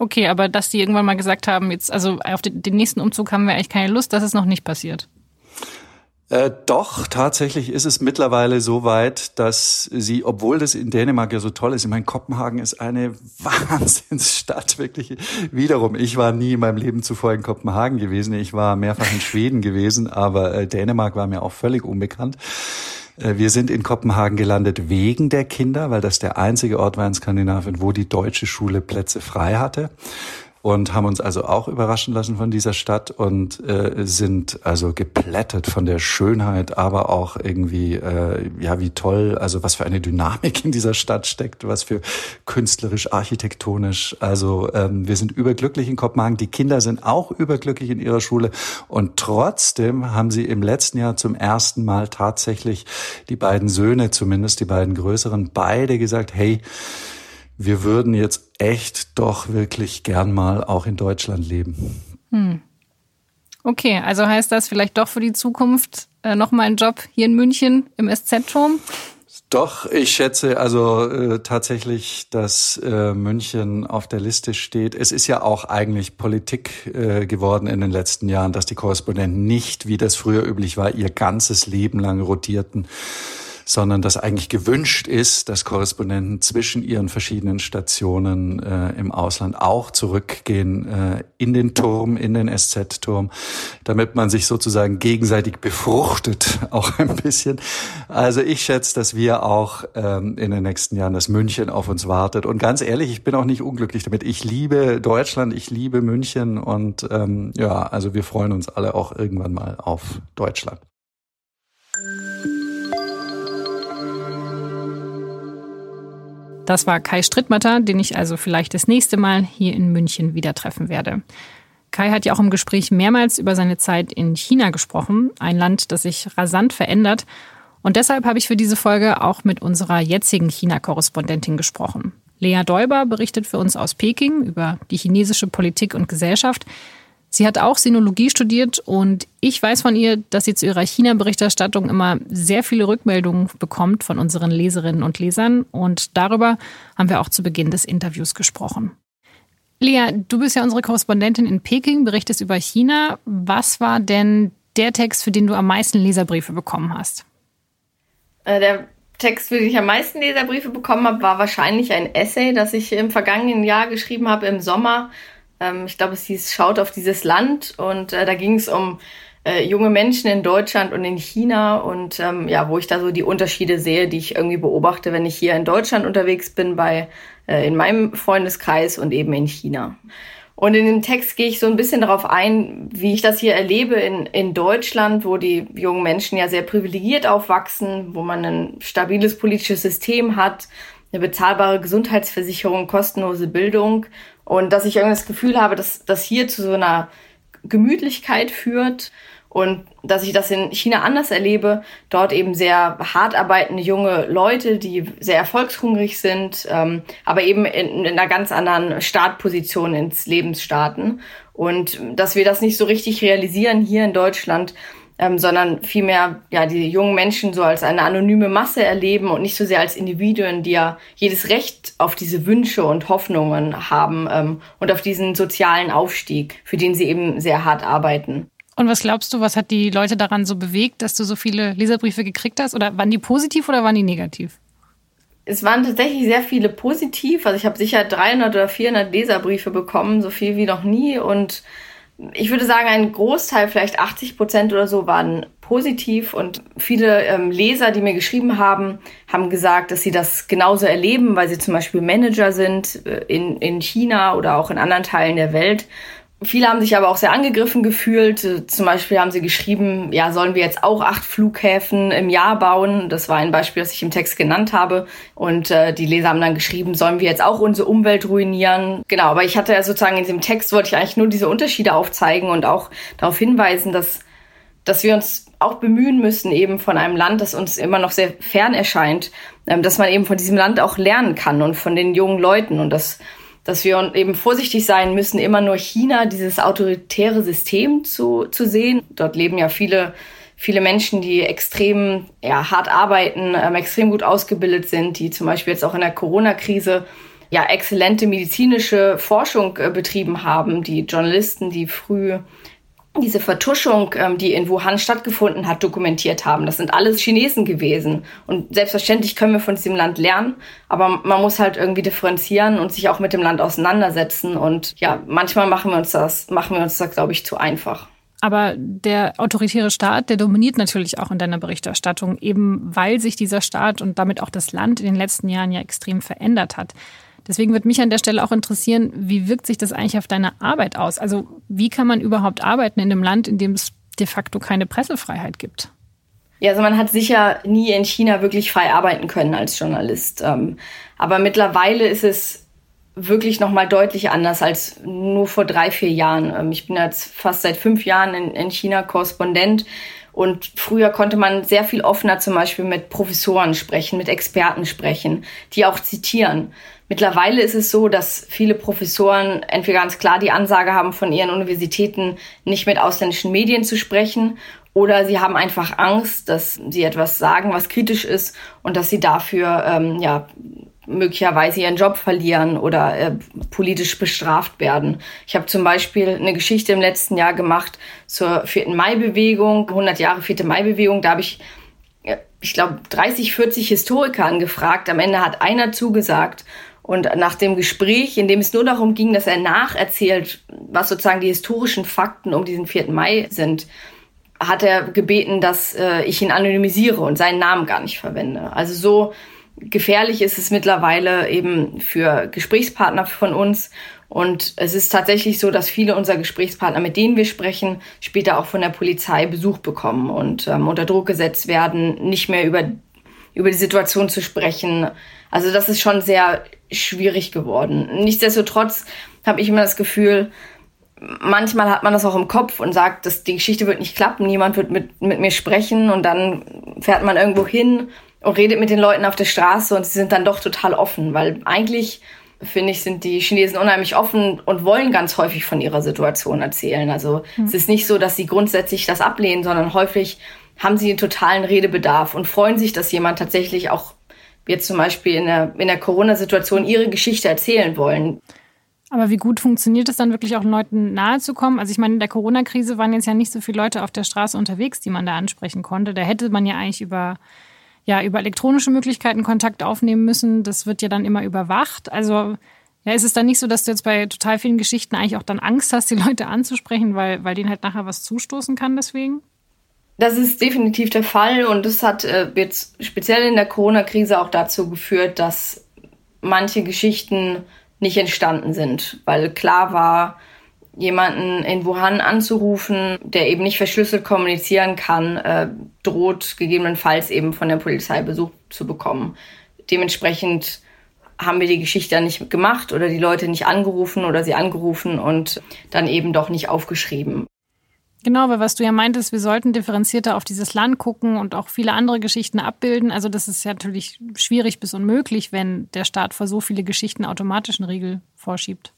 Okay, aber dass die irgendwann mal gesagt haben, jetzt, also auf den, den nächsten Umzug haben wir eigentlich keine Lust, das ist noch nicht passiert. Äh, doch, tatsächlich ist es mittlerweile so weit, dass sie, obwohl das in Dänemark ja so toll ist, ich meine, Kopenhagen ist eine Wahnsinnsstadt, wirklich. Wiederum, ich war nie in meinem Leben zuvor in Kopenhagen gewesen, ich war mehrfach in Schweden gewesen, aber äh, Dänemark war mir auch völlig unbekannt. Äh, wir sind in Kopenhagen gelandet wegen der Kinder, weil das der einzige Ort war in Skandinavien, wo die deutsche Schule Plätze frei hatte. Und haben uns also auch überraschen lassen von dieser Stadt und äh, sind also geplättet von der Schönheit, aber auch irgendwie, äh, ja, wie toll, also was für eine Dynamik in dieser Stadt steckt, was für künstlerisch, architektonisch. Also ähm, wir sind überglücklich in Kopenhagen, die Kinder sind auch überglücklich in ihrer Schule und trotzdem haben sie im letzten Jahr zum ersten Mal tatsächlich die beiden Söhne, zumindest die beiden größeren, beide gesagt, hey, wir würden jetzt echt doch wirklich gern mal auch in Deutschland leben. Hm. Okay, also heißt das vielleicht doch für die Zukunft äh, nochmal ein Job hier in München im S Z-Turm? Doch, ich schätze also äh, tatsächlich, dass äh, München auf der Liste steht. Es ist ja auch eigentlich Politik äh, geworden in den letzten Jahren, dass die Korrespondenten nicht, wie das früher üblich war, ihr ganzes Leben lang rotierten, sondern dass eigentlich gewünscht ist, dass Korrespondenten zwischen ihren verschiedenen Stationen äh, im Ausland auch zurückgehen äh, in den Turm, in den S Z-Turm, damit man sich sozusagen gegenseitig befruchtet, auch ein bisschen. Also ich schätze, dass wir auch ähm, in den nächsten Jahren, dass München auf uns wartet. Und ganz ehrlich, ich bin auch nicht unglücklich damit. Ich liebe Deutschland, ich liebe München und ähm, ja, also wir freuen uns alle auch irgendwann mal auf Deutschland. Das war Kai Strittmatter, den ich also vielleicht das nächste Mal hier in München wieder treffen werde. Kai hat ja auch im Gespräch mehrmals über seine Zeit in China gesprochen, ein Land, das sich rasant verändert. Und deshalb habe ich für diese Folge auch mit unserer jetzigen China-Korrespondentin gesprochen. Lea Däuber berichtet für uns aus Peking über die chinesische Politik und Gesellschaft. Sie hat auch Sinologie studiert und ich weiß von ihr, dass sie zu ihrer China-Berichterstattung immer sehr viele Rückmeldungen bekommt von unseren Leserinnen und Lesern. Und darüber haben wir auch zu Beginn des Interviews gesprochen. Lea, du bist ja unsere Korrespondentin in Peking, berichtest über China. Was war denn der Text, für den du am meisten Leserbriefe bekommen hast? Äh, der Text, für den ich am meisten Leserbriefe bekommen habe, war wahrscheinlich ein Essay, das ich im vergangenen Jahr geschrieben habe, im Sommer. Ich glaube, es hieß Schaut auf dieses Land und äh, da ging es um äh, junge Menschen in Deutschland und in China und ähm, ja, wo ich da so die Unterschiede sehe, die ich irgendwie beobachte, wenn ich hier in Deutschland unterwegs bin, bei äh, in meinem Freundeskreis und eben in China. Und in dem Text gehe ich so ein bisschen darauf ein, wie ich das hier erlebe in, in Deutschland, wo die jungen Menschen ja sehr privilegiert aufwachsen, wo man ein stabiles politisches System hat, eine bezahlbare Gesundheitsversicherung, kostenlose Bildung. Und dass ich irgendwie das Gefühl habe, dass das hier zu so einer Gemütlichkeit führt und dass ich das in China anders erlebe. Dort eben sehr hart arbeitende junge Leute, die sehr erfolgshungrig sind, ähm, aber eben in, in einer ganz anderen Startposition ins Leben starten. Und dass wir das nicht so richtig realisieren hier in Deutschland, Ähm, sondern vielmehr ja die jungen Menschen so als eine anonyme Masse erleben und nicht so sehr als Individuen, die ja jedes Recht auf diese Wünsche und Hoffnungen haben ähm, und auf diesen sozialen Aufstieg, für den sie eben sehr hart arbeiten. Und was glaubst du, was hat die Leute daran so bewegt, dass du so viele Leserbriefe gekriegt hast? Oder waren die positiv oder waren die negativ? Es waren tatsächlich sehr viele positiv. Also ich habe sicher dreihundert oder vierhundert Leserbriefe bekommen, so viel wie noch nie. Und ich würde sagen, ein Großteil, vielleicht achtzig Prozent oder so, waren positiv. Und viele ähm, Leser, die mir geschrieben haben, haben gesagt, dass sie das genauso erleben, weil sie zum Beispiel Manager sind äh, in, in China oder auch in anderen Teilen der Welt. Viele haben sich aber auch sehr angegriffen gefühlt. Zum Beispiel haben sie geschrieben, ja, sollen wir jetzt auch acht Flughäfen im Jahr bauen? Das war ein Beispiel, das ich im Text genannt habe. Und äh, die Leser haben dann geschrieben, sollen wir jetzt auch unsere Umwelt ruinieren? Genau, aber ich hatte ja sozusagen in diesem Text, wollte ich eigentlich nur diese Unterschiede aufzeigen und auch darauf hinweisen, dass, dass wir uns auch bemühen müssen, eben von einem Land, das uns immer noch sehr fern erscheint, ähm, dass man eben von diesem Land auch lernen kann und von den jungen Leuten und das dass wir eben vorsichtig sein müssen, immer nur China, dieses autoritäre System zu, zu sehen. Dort leben ja viele, viele Menschen, die extrem ja, hart arbeiten, ähm, extrem gut ausgebildet sind, die zum Beispiel jetzt auch in der Corona-Krise ja exzellente medizinische Forschung äh, betrieben haben. Die Journalisten, die früh diese Vertuschung, ähm, die in Wuhan stattgefunden hat, dokumentiert haben. Das sind alles Chinesen gewesen. Und selbstverständlich können wir von diesem Land lernen, aber man muss halt irgendwie differenzieren und sich auch mit dem Land auseinandersetzen. Und ja, manchmal machen wir uns das, machen wir uns das, glaube ich, zu einfach. Aber der autoritäre Staat, der dominiert natürlich auch in deiner Berichterstattung, eben weil sich dieser Staat und damit auch das Land in den letzten Jahren ja extrem verändert hat. Deswegen würde mich an der Stelle auch interessieren, wie wirkt sich das eigentlich auf deine Arbeit aus? Also wie kann man überhaupt arbeiten in einem Land, in dem es de facto keine Pressefreiheit gibt? Ja, also man hat sicher nie in China wirklich frei arbeiten können als Journalist. Aber mittlerweile ist es wirklich noch mal deutlich anders als nur vor drei, vier Jahren. Ich bin jetzt fast seit fünf Jahren in, in China Korrespondent. Und früher konnte man sehr viel offener zum Beispiel mit Professoren sprechen, mit Experten sprechen, die auch zitieren. Mittlerweile ist es so, dass viele Professoren entweder ganz klar die Ansage haben, von ihren Universitäten nicht mit ausländischen Medien zu sprechen, oder sie haben einfach Angst, dass sie etwas sagen, was kritisch ist, und dass sie dafür ähm, ja möglicherweise ihren Job verlieren oder äh, politisch bestraft werden. Ich habe zum Beispiel eine Geschichte im letzten Jahr gemacht zur vierten Mai-Bewegung, hundert Jahre vierte Mai-Bewegung. Da habe ich, ich glaube, dreißig, vierzig Historiker angefragt. Am Ende hat einer zugesagt. Und nach dem Gespräch, in dem es nur darum ging, dass er nacherzählt, was sozusagen die historischen Fakten um diesen vierten Mai sind, hat er gebeten, dass äh, ich ihn anonymisiere und seinen Namen gar nicht verwende. Also so gefährlich ist es mittlerweile eben für Gesprächspartner von uns. Und es ist tatsächlich so, dass viele unserer Gesprächspartner, mit denen wir sprechen, später auch von der Polizei Besuch bekommen und ähm, unter Druck gesetzt werden, nicht mehr über, über die Situation zu sprechen. Also das ist schon sehr schwierig geworden. Nichtsdestotrotz habe ich immer das Gefühl, manchmal hat man das auch im Kopf und sagt, dass die Geschichte wird nicht klappen, niemand wird mit, mit mir sprechen, und dann fährt man irgendwo hin und redet mit den Leuten auf der Straße und sie sind dann doch total offen, weil eigentlich, finde ich, sind die Chinesen unheimlich offen und wollen ganz häufig von ihrer Situation erzählen. Also mhm. es ist nicht so, dass sie grundsätzlich das ablehnen, sondern häufig haben sie einen totalen Redebedarf und freuen sich, dass jemand tatsächlich auch jetzt zum Beispiel in der, in der Corona-Situation ihre Geschichte erzählen wollen. Aber wie gut funktioniert es dann wirklich auch, Leuten nahe zu kommen? Also ich meine, in der Corona-Krise waren jetzt ja nicht so viele Leute auf der Straße unterwegs, die man da ansprechen konnte. Da hätte man ja eigentlich über, ja, über elektronische Möglichkeiten Kontakt aufnehmen müssen. Das wird ja dann immer überwacht. Also ja, ist es dann nicht so, dass du jetzt bei total vielen Geschichten eigentlich auch dann Angst hast, die Leute anzusprechen, weil, weil denen halt nachher was zustoßen kann deswegen? Das ist definitiv der Fall, und das hat äh, jetzt speziell in der Corona-Krise auch dazu geführt, dass manche Geschichten nicht entstanden sind, weil klar war, jemanden in Wuhan anzurufen, der eben nicht verschlüsselt kommunizieren kann, äh, droht gegebenenfalls eben von der Polizei Besuch zu bekommen. Dementsprechend haben wir die Geschichte dann nicht gemacht oder die Leute nicht angerufen oder sie angerufen und dann eben doch nicht aufgeschrieben. Genau, weil was du ja meintest, wir sollten differenzierter auf dieses Land gucken und auch viele andere Geschichten abbilden. Also das ist ja natürlich schwierig bis unmöglich, wenn der Staat vor so viele Geschichten automatisch einen Riegel vorschiebt.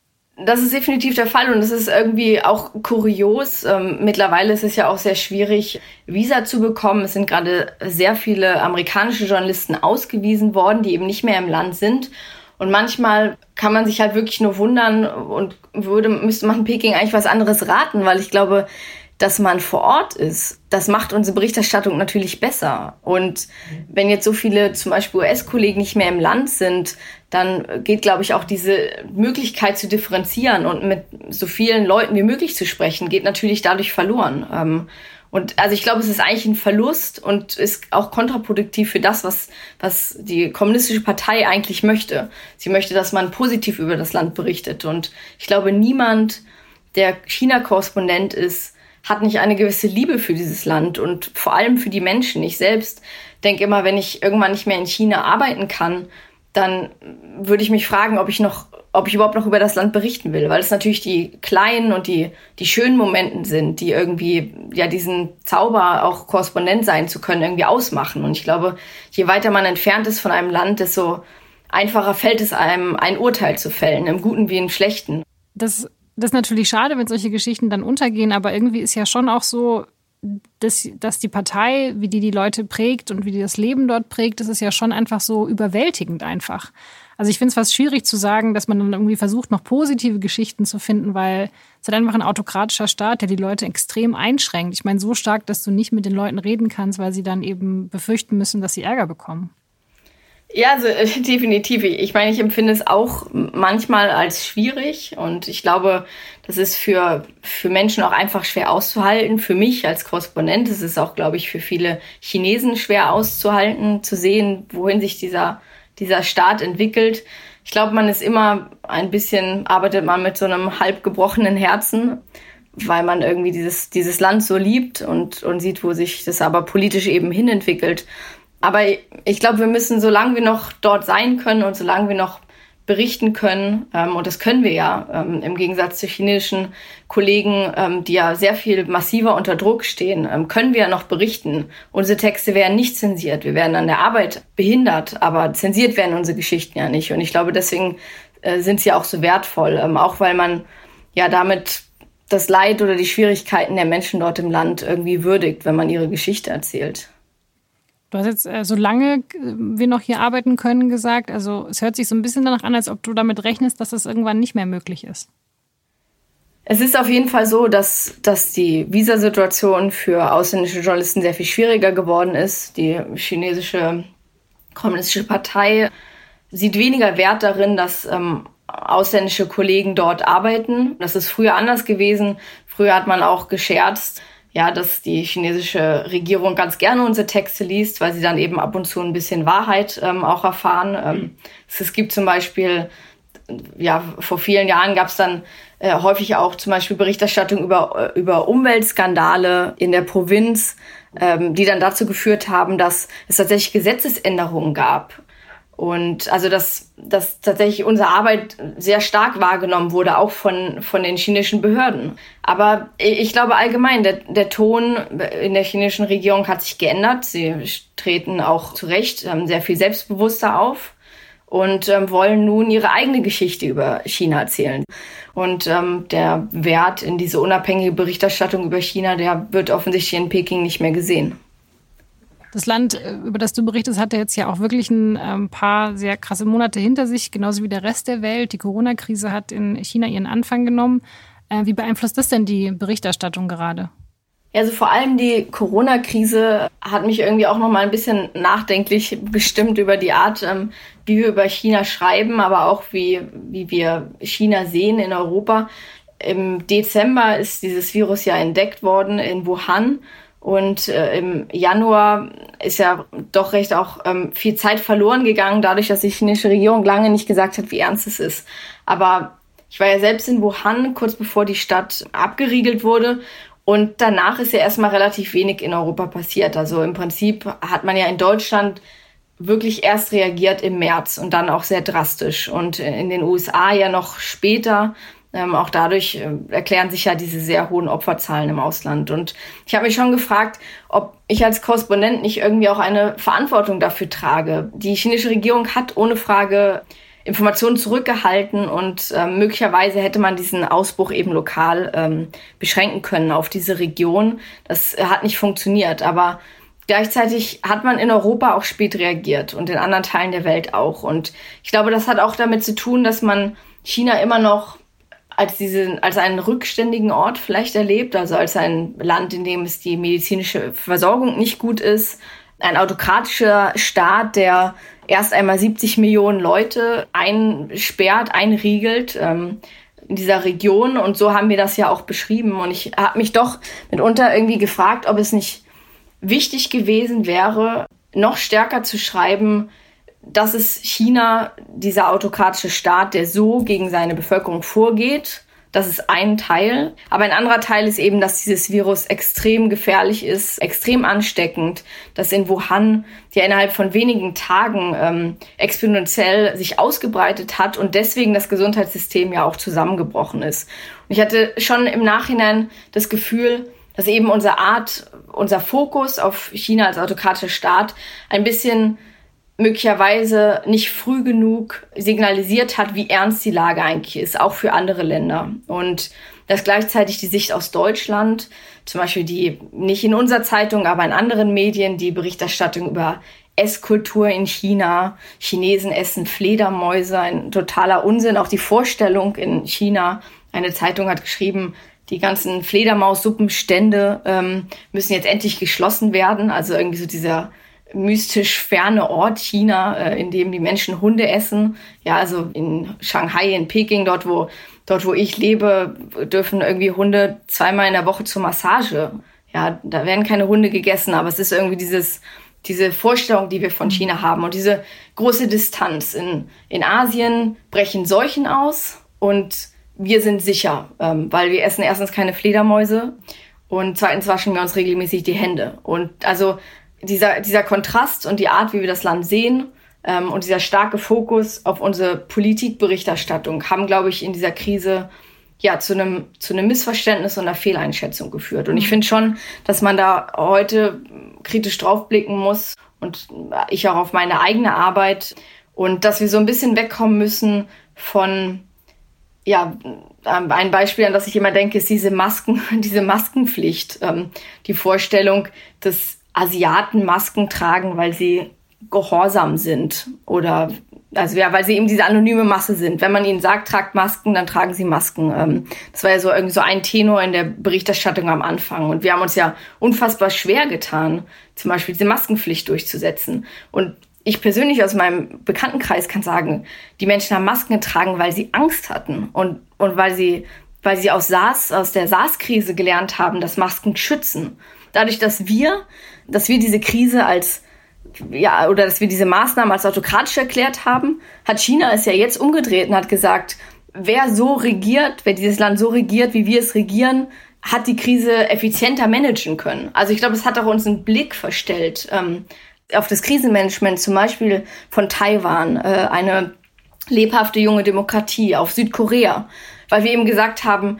Das ist definitiv der Fall, und es ist irgendwie auch kurios. Ähm, mittlerweile ist es ja auch sehr schwierig, Visa zu bekommen. Es sind gerade sehr viele amerikanische Journalisten ausgewiesen worden, die eben nicht mehr im Land sind. Und manchmal kann man sich halt wirklich nur wundern und würde, müsste man in Peking eigentlich was anderes raten, weil ich glaube, dass man vor Ort ist, das macht unsere Berichterstattung natürlich besser. Und wenn jetzt so viele zum Beispiel U S-Kollegen nicht mehr im Land sind, dann geht, glaube ich, auch diese Möglichkeit zu differenzieren und mit so vielen Leuten wie möglich zu sprechen, geht natürlich dadurch verloren. Und also ich glaube, es ist eigentlich ein Verlust und ist auch kontraproduktiv für das, was, was die Kommunistische Partei eigentlich möchte. Sie möchte, dass man positiv über das Land berichtet. Und ich glaube, niemand, der China-Korrespondent ist, hat nicht eine gewisse Liebe für dieses Land und vor allem für die Menschen. Ich selbst denke immer, wenn ich irgendwann nicht mehr in China arbeiten kann, dann würde ich mich fragen, ob ich noch, ob ich überhaupt noch über das Land berichten will, weil es natürlich die kleinen und die, die schönen Momenten sind, die irgendwie, ja, diesen Zauber, auch Korrespondent sein zu können, irgendwie ausmachen. Und ich glaube, je weiter man entfernt ist von einem Land, desto einfacher fällt es einem, ein Urteil zu fällen, im Guten wie im Schlechten. Das Das ist natürlich schade, wenn solche Geschichten dann untergehen, aber irgendwie ist ja schon auch so, dass, dass die Partei, wie die die Leute prägt und wie die das Leben dort prägt, das ist ja schon einfach so überwältigend einfach. Also ich finde es fast schwierig zu sagen, dass man dann irgendwie versucht, noch positive Geschichten zu finden, weil es halt einfach ein autokratischer Staat, der die Leute extrem einschränkt. Ich meine, so stark, dass du nicht mit den Leuten reden kannst, weil sie dann eben befürchten müssen, dass sie Ärger bekommen. Ja, also äh, definitiv. Ich meine, ich empfinde es auch manchmal als schwierig und ich glaube, das ist für, für Menschen auch einfach schwer auszuhalten. Für mich als Korrespondent ist es auch, glaube ich, für viele Chinesen schwer auszuhalten, zu sehen, wohin sich dieser, dieser Staat entwickelt. Ich glaube, man ist immer ein bisschen, arbeitet man mit so einem halb gebrochenen Herzen, weil man irgendwie dieses, dieses Land so liebt und, und sieht, wo sich das aber politisch eben hinentwickelt. Aber ich glaube, wir müssen, solange wir noch dort sein können und solange wir noch berichten können, ähm, und das können wir ja, ähm, im Gegensatz zu chinesischen Kollegen, ähm, die ja sehr viel massiver unter Druck stehen, ähm, können wir ja noch berichten. Unsere Texte werden nicht zensiert. Wir werden an der Arbeit behindert, aber zensiert werden unsere Geschichten ja nicht. Und ich glaube, deswegen äh, sind sie auch so wertvoll, ähm, auch weil man ja damit das Leid oder die Schwierigkeiten der Menschen dort im Land irgendwie würdigt, wenn man ihre Geschichte erzählt. Du hast jetzt, äh, solange wir noch hier arbeiten können, gesagt, also es hört sich so ein bisschen danach an, als ob du damit rechnest, dass das irgendwann nicht mehr möglich ist. Es ist auf jeden Fall so, dass, dass die Visasituation für ausländische Journalisten sehr viel schwieriger geworden ist. Die chinesische kommunistische Partei sieht weniger Wert darin, dass ähm, ausländische Kollegen dort arbeiten. Das ist früher anders gewesen. Früher hat man auch gescherzt, ja, dass die chinesische Regierung ganz gerne unsere Texte liest, weil sie dann eben ab und zu ein bisschen Wahrheit ähm, auch erfahren. Ähm, es gibt zum Beispiel, ja, vor vielen Jahren gab es dann äh, häufig auch zum Beispiel Berichterstattung über, über Umweltskandale in der Provinz, ähm, die dann dazu geführt haben, dass es tatsächlich Gesetzesänderungen gab. Und also, dass, dass tatsächlich unsere Arbeit sehr stark wahrgenommen wurde, auch von, von den chinesischen Behörden. Aber ich glaube allgemein, der, der Ton in der chinesischen Regierung hat sich geändert. Sie treten auch zu Recht ähm, sehr viel selbstbewusster auf und ähm, wollen nun ihre eigene Geschichte über China erzählen. Und ähm, der Wert in diese unabhängige Berichterstattung über China, der wird offensichtlich in Peking nicht mehr gesehen. Das Land, über das du berichtest, hatte jetzt ja auch wirklich ein ähm, paar sehr krasse Monate hinter sich, genauso wie der Rest der Welt. Die Corona-Krise hat in China ihren Anfang genommen. Äh, wie beeinflusst das denn die Berichterstattung gerade? Also vor allem die Corona-Krise hat mich irgendwie auch noch mal ein bisschen nachdenklich gestimmt über die Art, ähm, wie wir über China schreiben, aber auch wie, wie wir China sehen in Europa. Im Dezember ist dieses Virus ja entdeckt worden in Wuhan. Und äh, im Januar ist ja doch recht auch ähm, viel Zeit verloren gegangen, dadurch, dass die chinesische Regierung lange nicht gesagt hat, wie ernst es ist. Aber ich war ja selbst in Wuhan, kurz bevor die Stadt abgeriegelt wurde. Und danach ist ja erstmal relativ wenig in Europa passiert. Also im Prinzip hat man ja in Deutschland wirklich erst reagiert im März und dann auch sehr drastisch. Und in den U S A ja noch später. Ähm, auch dadurch äh, erklären sich ja diese sehr hohen Opferzahlen im Ausland. Und ich habe mich schon gefragt, ob ich als Korrespondent nicht irgendwie auch eine Verantwortung dafür trage. Die chinesische Regierung hat ohne Frage Informationen zurückgehalten und äh, möglicherweise hätte man diesen Ausbruch eben lokal ähm, beschränken können auf diese Region. Das äh, hat nicht funktioniert, aber gleichzeitig hat man in Europa auch spät reagiert und in anderen Teilen der Welt auch. Und ich glaube, das hat auch damit zu tun, dass man China immer noch als diese, als einen rückständigen Ort vielleicht erlebt, also als ein Land, in dem es die medizinische Versorgung nicht gut ist, ein autokratischer Staat, der erst einmal siebzig Millionen Leute einsperrt, einriegelt ähm, in dieser Region, und so haben wir das ja auch beschrieben. Und ich habe mich doch mitunter irgendwie gefragt, ob es nicht wichtig gewesen wäre, noch stärker zu schreiben, dass es China, dieser autokratische Staat, der so gegen seine Bevölkerung vorgeht, das ist ein Teil. Aber ein anderer Teil ist eben, dass dieses Virus extrem gefährlich ist, extrem ansteckend, dass in Wuhan ja innerhalb von wenigen Tagen ähm, exponentiell sich ausgebreitet hat und deswegen das Gesundheitssystem ja auch zusammengebrochen ist. Und ich hatte schon im Nachhinein das Gefühl, dass eben unsere Art, unser Fokus auf China als autokratischer Staat ein bisschen möglicherweise nicht früh genug signalisiert hat, wie ernst die Lage eigentlich ist, auch für andere Länder. Und dass gleichzeitig die Sicht aus Deutschland, zum Beispiel die, nicht in unserer Zeitung, aber in anderen Medien, die Berichterstattung über Esskultur in China, Chinesen essen Fledermäuse, ein totaler Unsinn. Auch die Vorstellung in China, eine Zeitung hat geschrieben, die ganzen Fledermaussuppenstände ähm, müssen jetzt endlich geschlossen werden. Also irgendwie so dieser mystisch ferne Ort China, äh, in dem die Menschen Hunde essen. Ja, also in Shanghai, in Peking, dort wo dort wo ich lebe, dürfen irgendwie Hunde zweimal in der Woche zur Massage. Ja, da werden keine Hunde gegessen, aber es ist irgendwie dieses diese Vorstellung, die wir von China haben und diese große Distanz. In in Asien brechen Seuchen aus und wir sind sicher, ähm, weil wir essen erstens keine Fledermäuse und zweitens waschen wir uns regelmäßig die Hände. Und also dieser, dieser Kontrast und die Art, wie wir das Land sehen ähm, und dieser starke Fokus auf unsere Politikberichterstattung haben, glaube ich, in dieser Krise ja zu einem, zu einem Missverständnis und einer Fehleinschätzung geführt. Und ich finde schon, dass man da heute kritisch draufblicken muss und ich auch auf meine eigene Arbeit und dass wir so ein bisschen wegkommen müssen von ja, ein Beispiel, an das ich immer denke, ist diese Masken, diese Maskenpflicht. Ähm, die Vorstellung, dass Asiaten Masken tragen, weil sie gehorsam sind oder also ja, weil sie eben diese anonyme Masse sind. Wenn man ihnen sagt, tragt Masken, dann tragen sie Masken. Ähm, das war ja so irgendwie so ein Tenor in der Berichterstattung am Anfang. Und wir haben uns ja unfassbar schwer getan, zum Beispiel diese Maskenpflicht durchzusetzen. Und ich persönlich aus meinem Bekanntenkreis kann sagen, die Menschen haben Masken getragen, weil sie Angst hatten und, und weil sie, weil sie aus SARS, aus der SARS-Krise gelernt haben, dass Masken schützen. Dadurch, dass wir, dass wir diese Krise als, ja, oder dass wir diese Maßnahmen als autokratisch erklärt haben, hat China es ja jetzt umgedreht und hat gesagt, wer so regiert, wer dieses Land so regiert, wie wir es regieren, hat die Krise effizienter managen können. Also ich glaube, es hat auch uns einen Blick verstellt, ähm, auf das Krisenmanagement zum Beispiel von Taiwan, äh, eine lebhafte junge Demokratie, auf Südkorea, weil wir eben gesagt haben,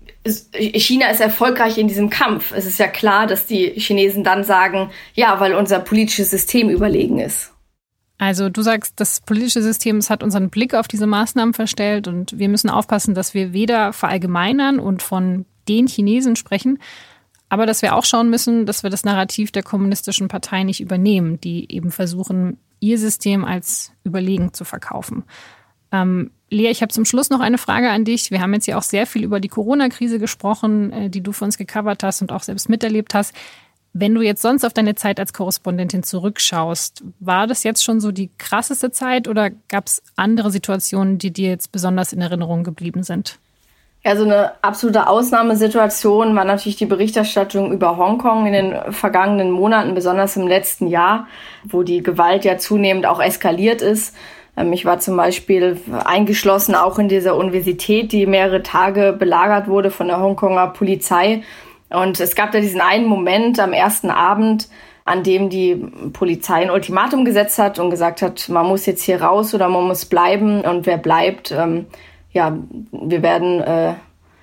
China ist erfolgreich in diesem Kampf. Es ist ja klar, dass die Chinesen dann sagen, ja, weil unser politisches System überlegen ist. Also du sagst, das politische System es hat unseren Blick auf diese Maßnahmen verstellt und wir müssen aufpassen, dass wir weder verallgemeinern und von den Chinesen sprechen, aber dass wir auch schauen müssen, dass wir das Narrativ der kommunistischen Partei nicht übernehmen, die eben versuchen, ihr System als überlegen zu verkaufen. Ähm, Lea, ich habe zum Schluss noch eine Frage an dich. Wir haben jetzt ja auch sehr viel über die Corona-Krise gesprochen, die du für uns gecovert hast und auch selbst miterlebt hast. Wenn du jetzt sonst auf deine Zeit als Korrespondentin zurückschaust, war das jetzt schon so die krasseste Zeit oder gab es andere Situationen, die dir jetzt besonders in Erinnerung geblieben sind? Ja, so eine absolute Ausnahmesituation war natürlich die Berichterstattung über Hongkong in den vergangenen Monaten, besonders im letzten Jahr, wo die Gewalt ja zunehmend auch eskaliert ist. Ich war zum Beispiel eingeschlossen auch in dieser Universität, die mehrere Tage belagert wurde von der Hongkonger Polizei. Und es gab da diesen einen Moment am ersten Abend, an dem die Polizei ein Ultimatum gesetzt hat und gesagt hat, man muss jetzt hier raus oder man muss bleiben. Und wer bleibt, ähm, ja, wir werden äh,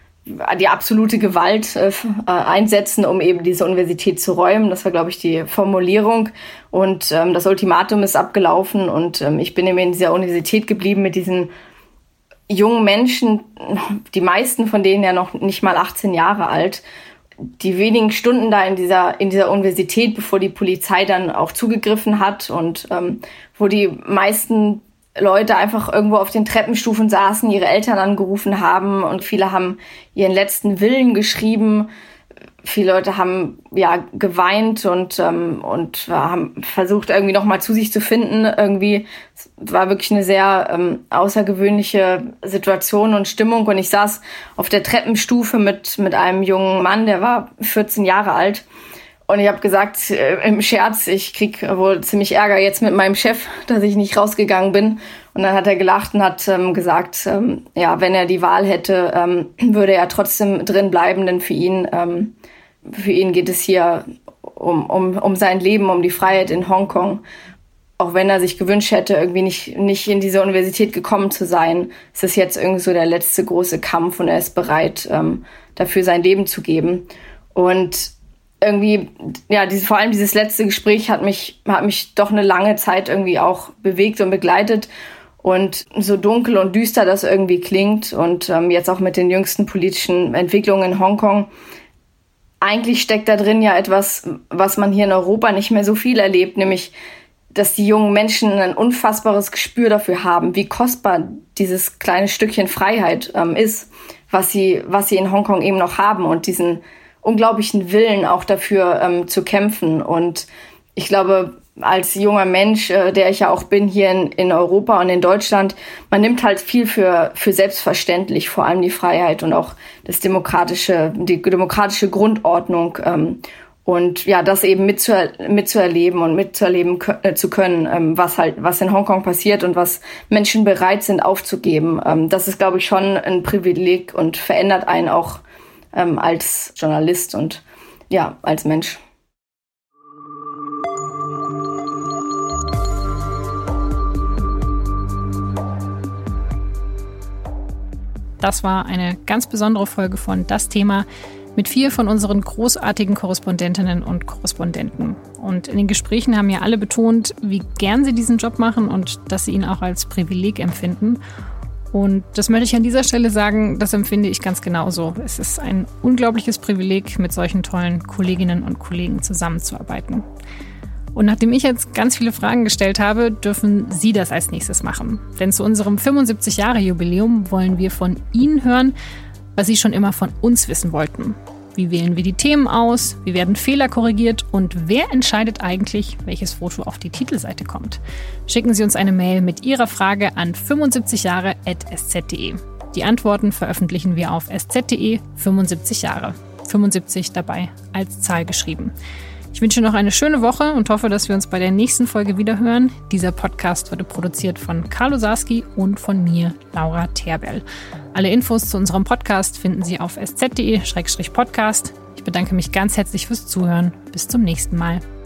die absolute Gewalt äh, einsetzen, um eben diese Universität zu räumen. Das war, glaube ich, die Formulierung. Und ähm, das Ultimatum ist abgelaufen und ähm, ich bin eben in dieser Universität geblieben mit diesen jungen Menschen, die meisten von denen ja noch nicht mal achtzehn Jahre alt, die wenigen Stunden da in dieser in dieser Universität, bevor die Polizei dann auch zugegriffen hat und ähm, wo die meisten Leute einfach irgendwo auf den Treppenstufen saßen, ihre Eltern angerufen haben und viele haben ihren letzten Willen geschrieben. Viele Leute haben ja geweint und ähm, und haben versucht irgendwie noch mal zu sich zu finden. Irgendwie es war wirklich eine sehr ähm, außergewöhnliche Situation und Stimmung. Und ich saß auf der Treppenstufe mit mit einem jungen Mann, der war vierzehn Jahre alt. Und ich habe gesagt äh, im Scherz, ich krieg wohl ziemlich Ärger jetzt mit meinem Chef, dass ich nicht rausgegangen bin. Und dann hat er gelacht und hat ähm, gesagt, ähm, ja, wenn er die Wahl hätte, ähm, würde er trotzdem drin bleiben, denn für ihn, ähm, für ihn geht es hier um, um, um sein Leben, um die Freiheit in Hongkong. Auch wenn er sich gewünscht hätte, irgendwie nicht, nicht in diese Universität gekommen zu sein, ist es jetzt irgendwie so der letzte große Kampf und er ist bereit, ähm, dafür sein Leben zu geben. Und irgendwie, ja, diese, vor allem dieses letzte Gespräch hat mich, hat mich doch eine lange Zeit irgendwie auch bewegt und begleitet. Und so dunkel und düster das irgendwie klingt und ähm, jetzt auch mit den jüngsten politischen Entwicklungen in Hongkong, eigentlich steckt da drin ja etwas, was man hier in Europa nicht mehr so viel erlebt, nämlich, dass die jungen Menschen ein unfassbares Gespür dafür haben, wie kostbar dieses kleine Stückchen Freiheit ähm, ist, was sie, was sie in Hongkong eben noch haben und diesen unglaublichen Willen auch dafür ähm, zu kämpfen. Und ich glaube, als junger Mensch, äh, der ich ja auch bin hier in, in Europa und in Deutschland, man nimmt halt viel für, für selbstverständlich, vor allem die Freiheit und auch das demokratische, die demokratische Grundordnung. Ähm, und ja, das eben mitzuer, mitzuerleben und mitzuerleben k- zu können, ähm, was halt, was in Hongkong passiert und was Menschen bereit sind aufzugeben. Ähm, das ist, glaube ich, schon ein Privileg und verändert einen auch ähm, als Journalist und ja, als Mensch. Das war eine ganz besondere Folge von Das Thema mit vier von unseren großartigen Korrespondentinnen und Korrespondenten. Und in den Gesprächen haben ja alle betont, wie gern sie diesen Job machen und dass sie ihn auch als Privileg empfinden. Und das möchte ich an dieser Stelle sagen, das empfinde ich ganz genauso. Es ist ein unglaubliches Privileg, mit solchen tollen Kolleginnen und Kollegen zusammenzuarbeiten. Und nachdem ich jetzt ganz viele Fragen gestellt habe, dürfen Sie das als nächstes machen. Denn zu unserem fünfundsiebzig-Jahre-Jubiläum wollen wir von Ihnen hören, was Sie schon immer von uns wissen wollten. Wie wählen wir die Themen aus? Wie werden Fehler korrigiert? Und wer entscheidet eigentlich, welches Foto auf die Titelseite kommt? Schicken Sie uns eine Mail mit Ihrer Frage an fünfundsiebzig jahre at s z punkt d e. Die Antworten veröffentlichen wir auf s z punkt d e fünfundsiebzig Jahre. fünfundsiebzig dabei als Zahl geschrieben. Ich wünsche noch eine schöne Woche und hoffe, dass wir uns bei der nächsten Folge wieder hören. Dieser Podcast wurde produziert von Carlo Sarski und von mir, Laura Terberl. Alle Infos zu unserem Podcast finden Sie auf s z punkt d e slash podcast. Ich bedanke mich ganz herzlich fürs Zuhören. Bis zum nächsten Mal.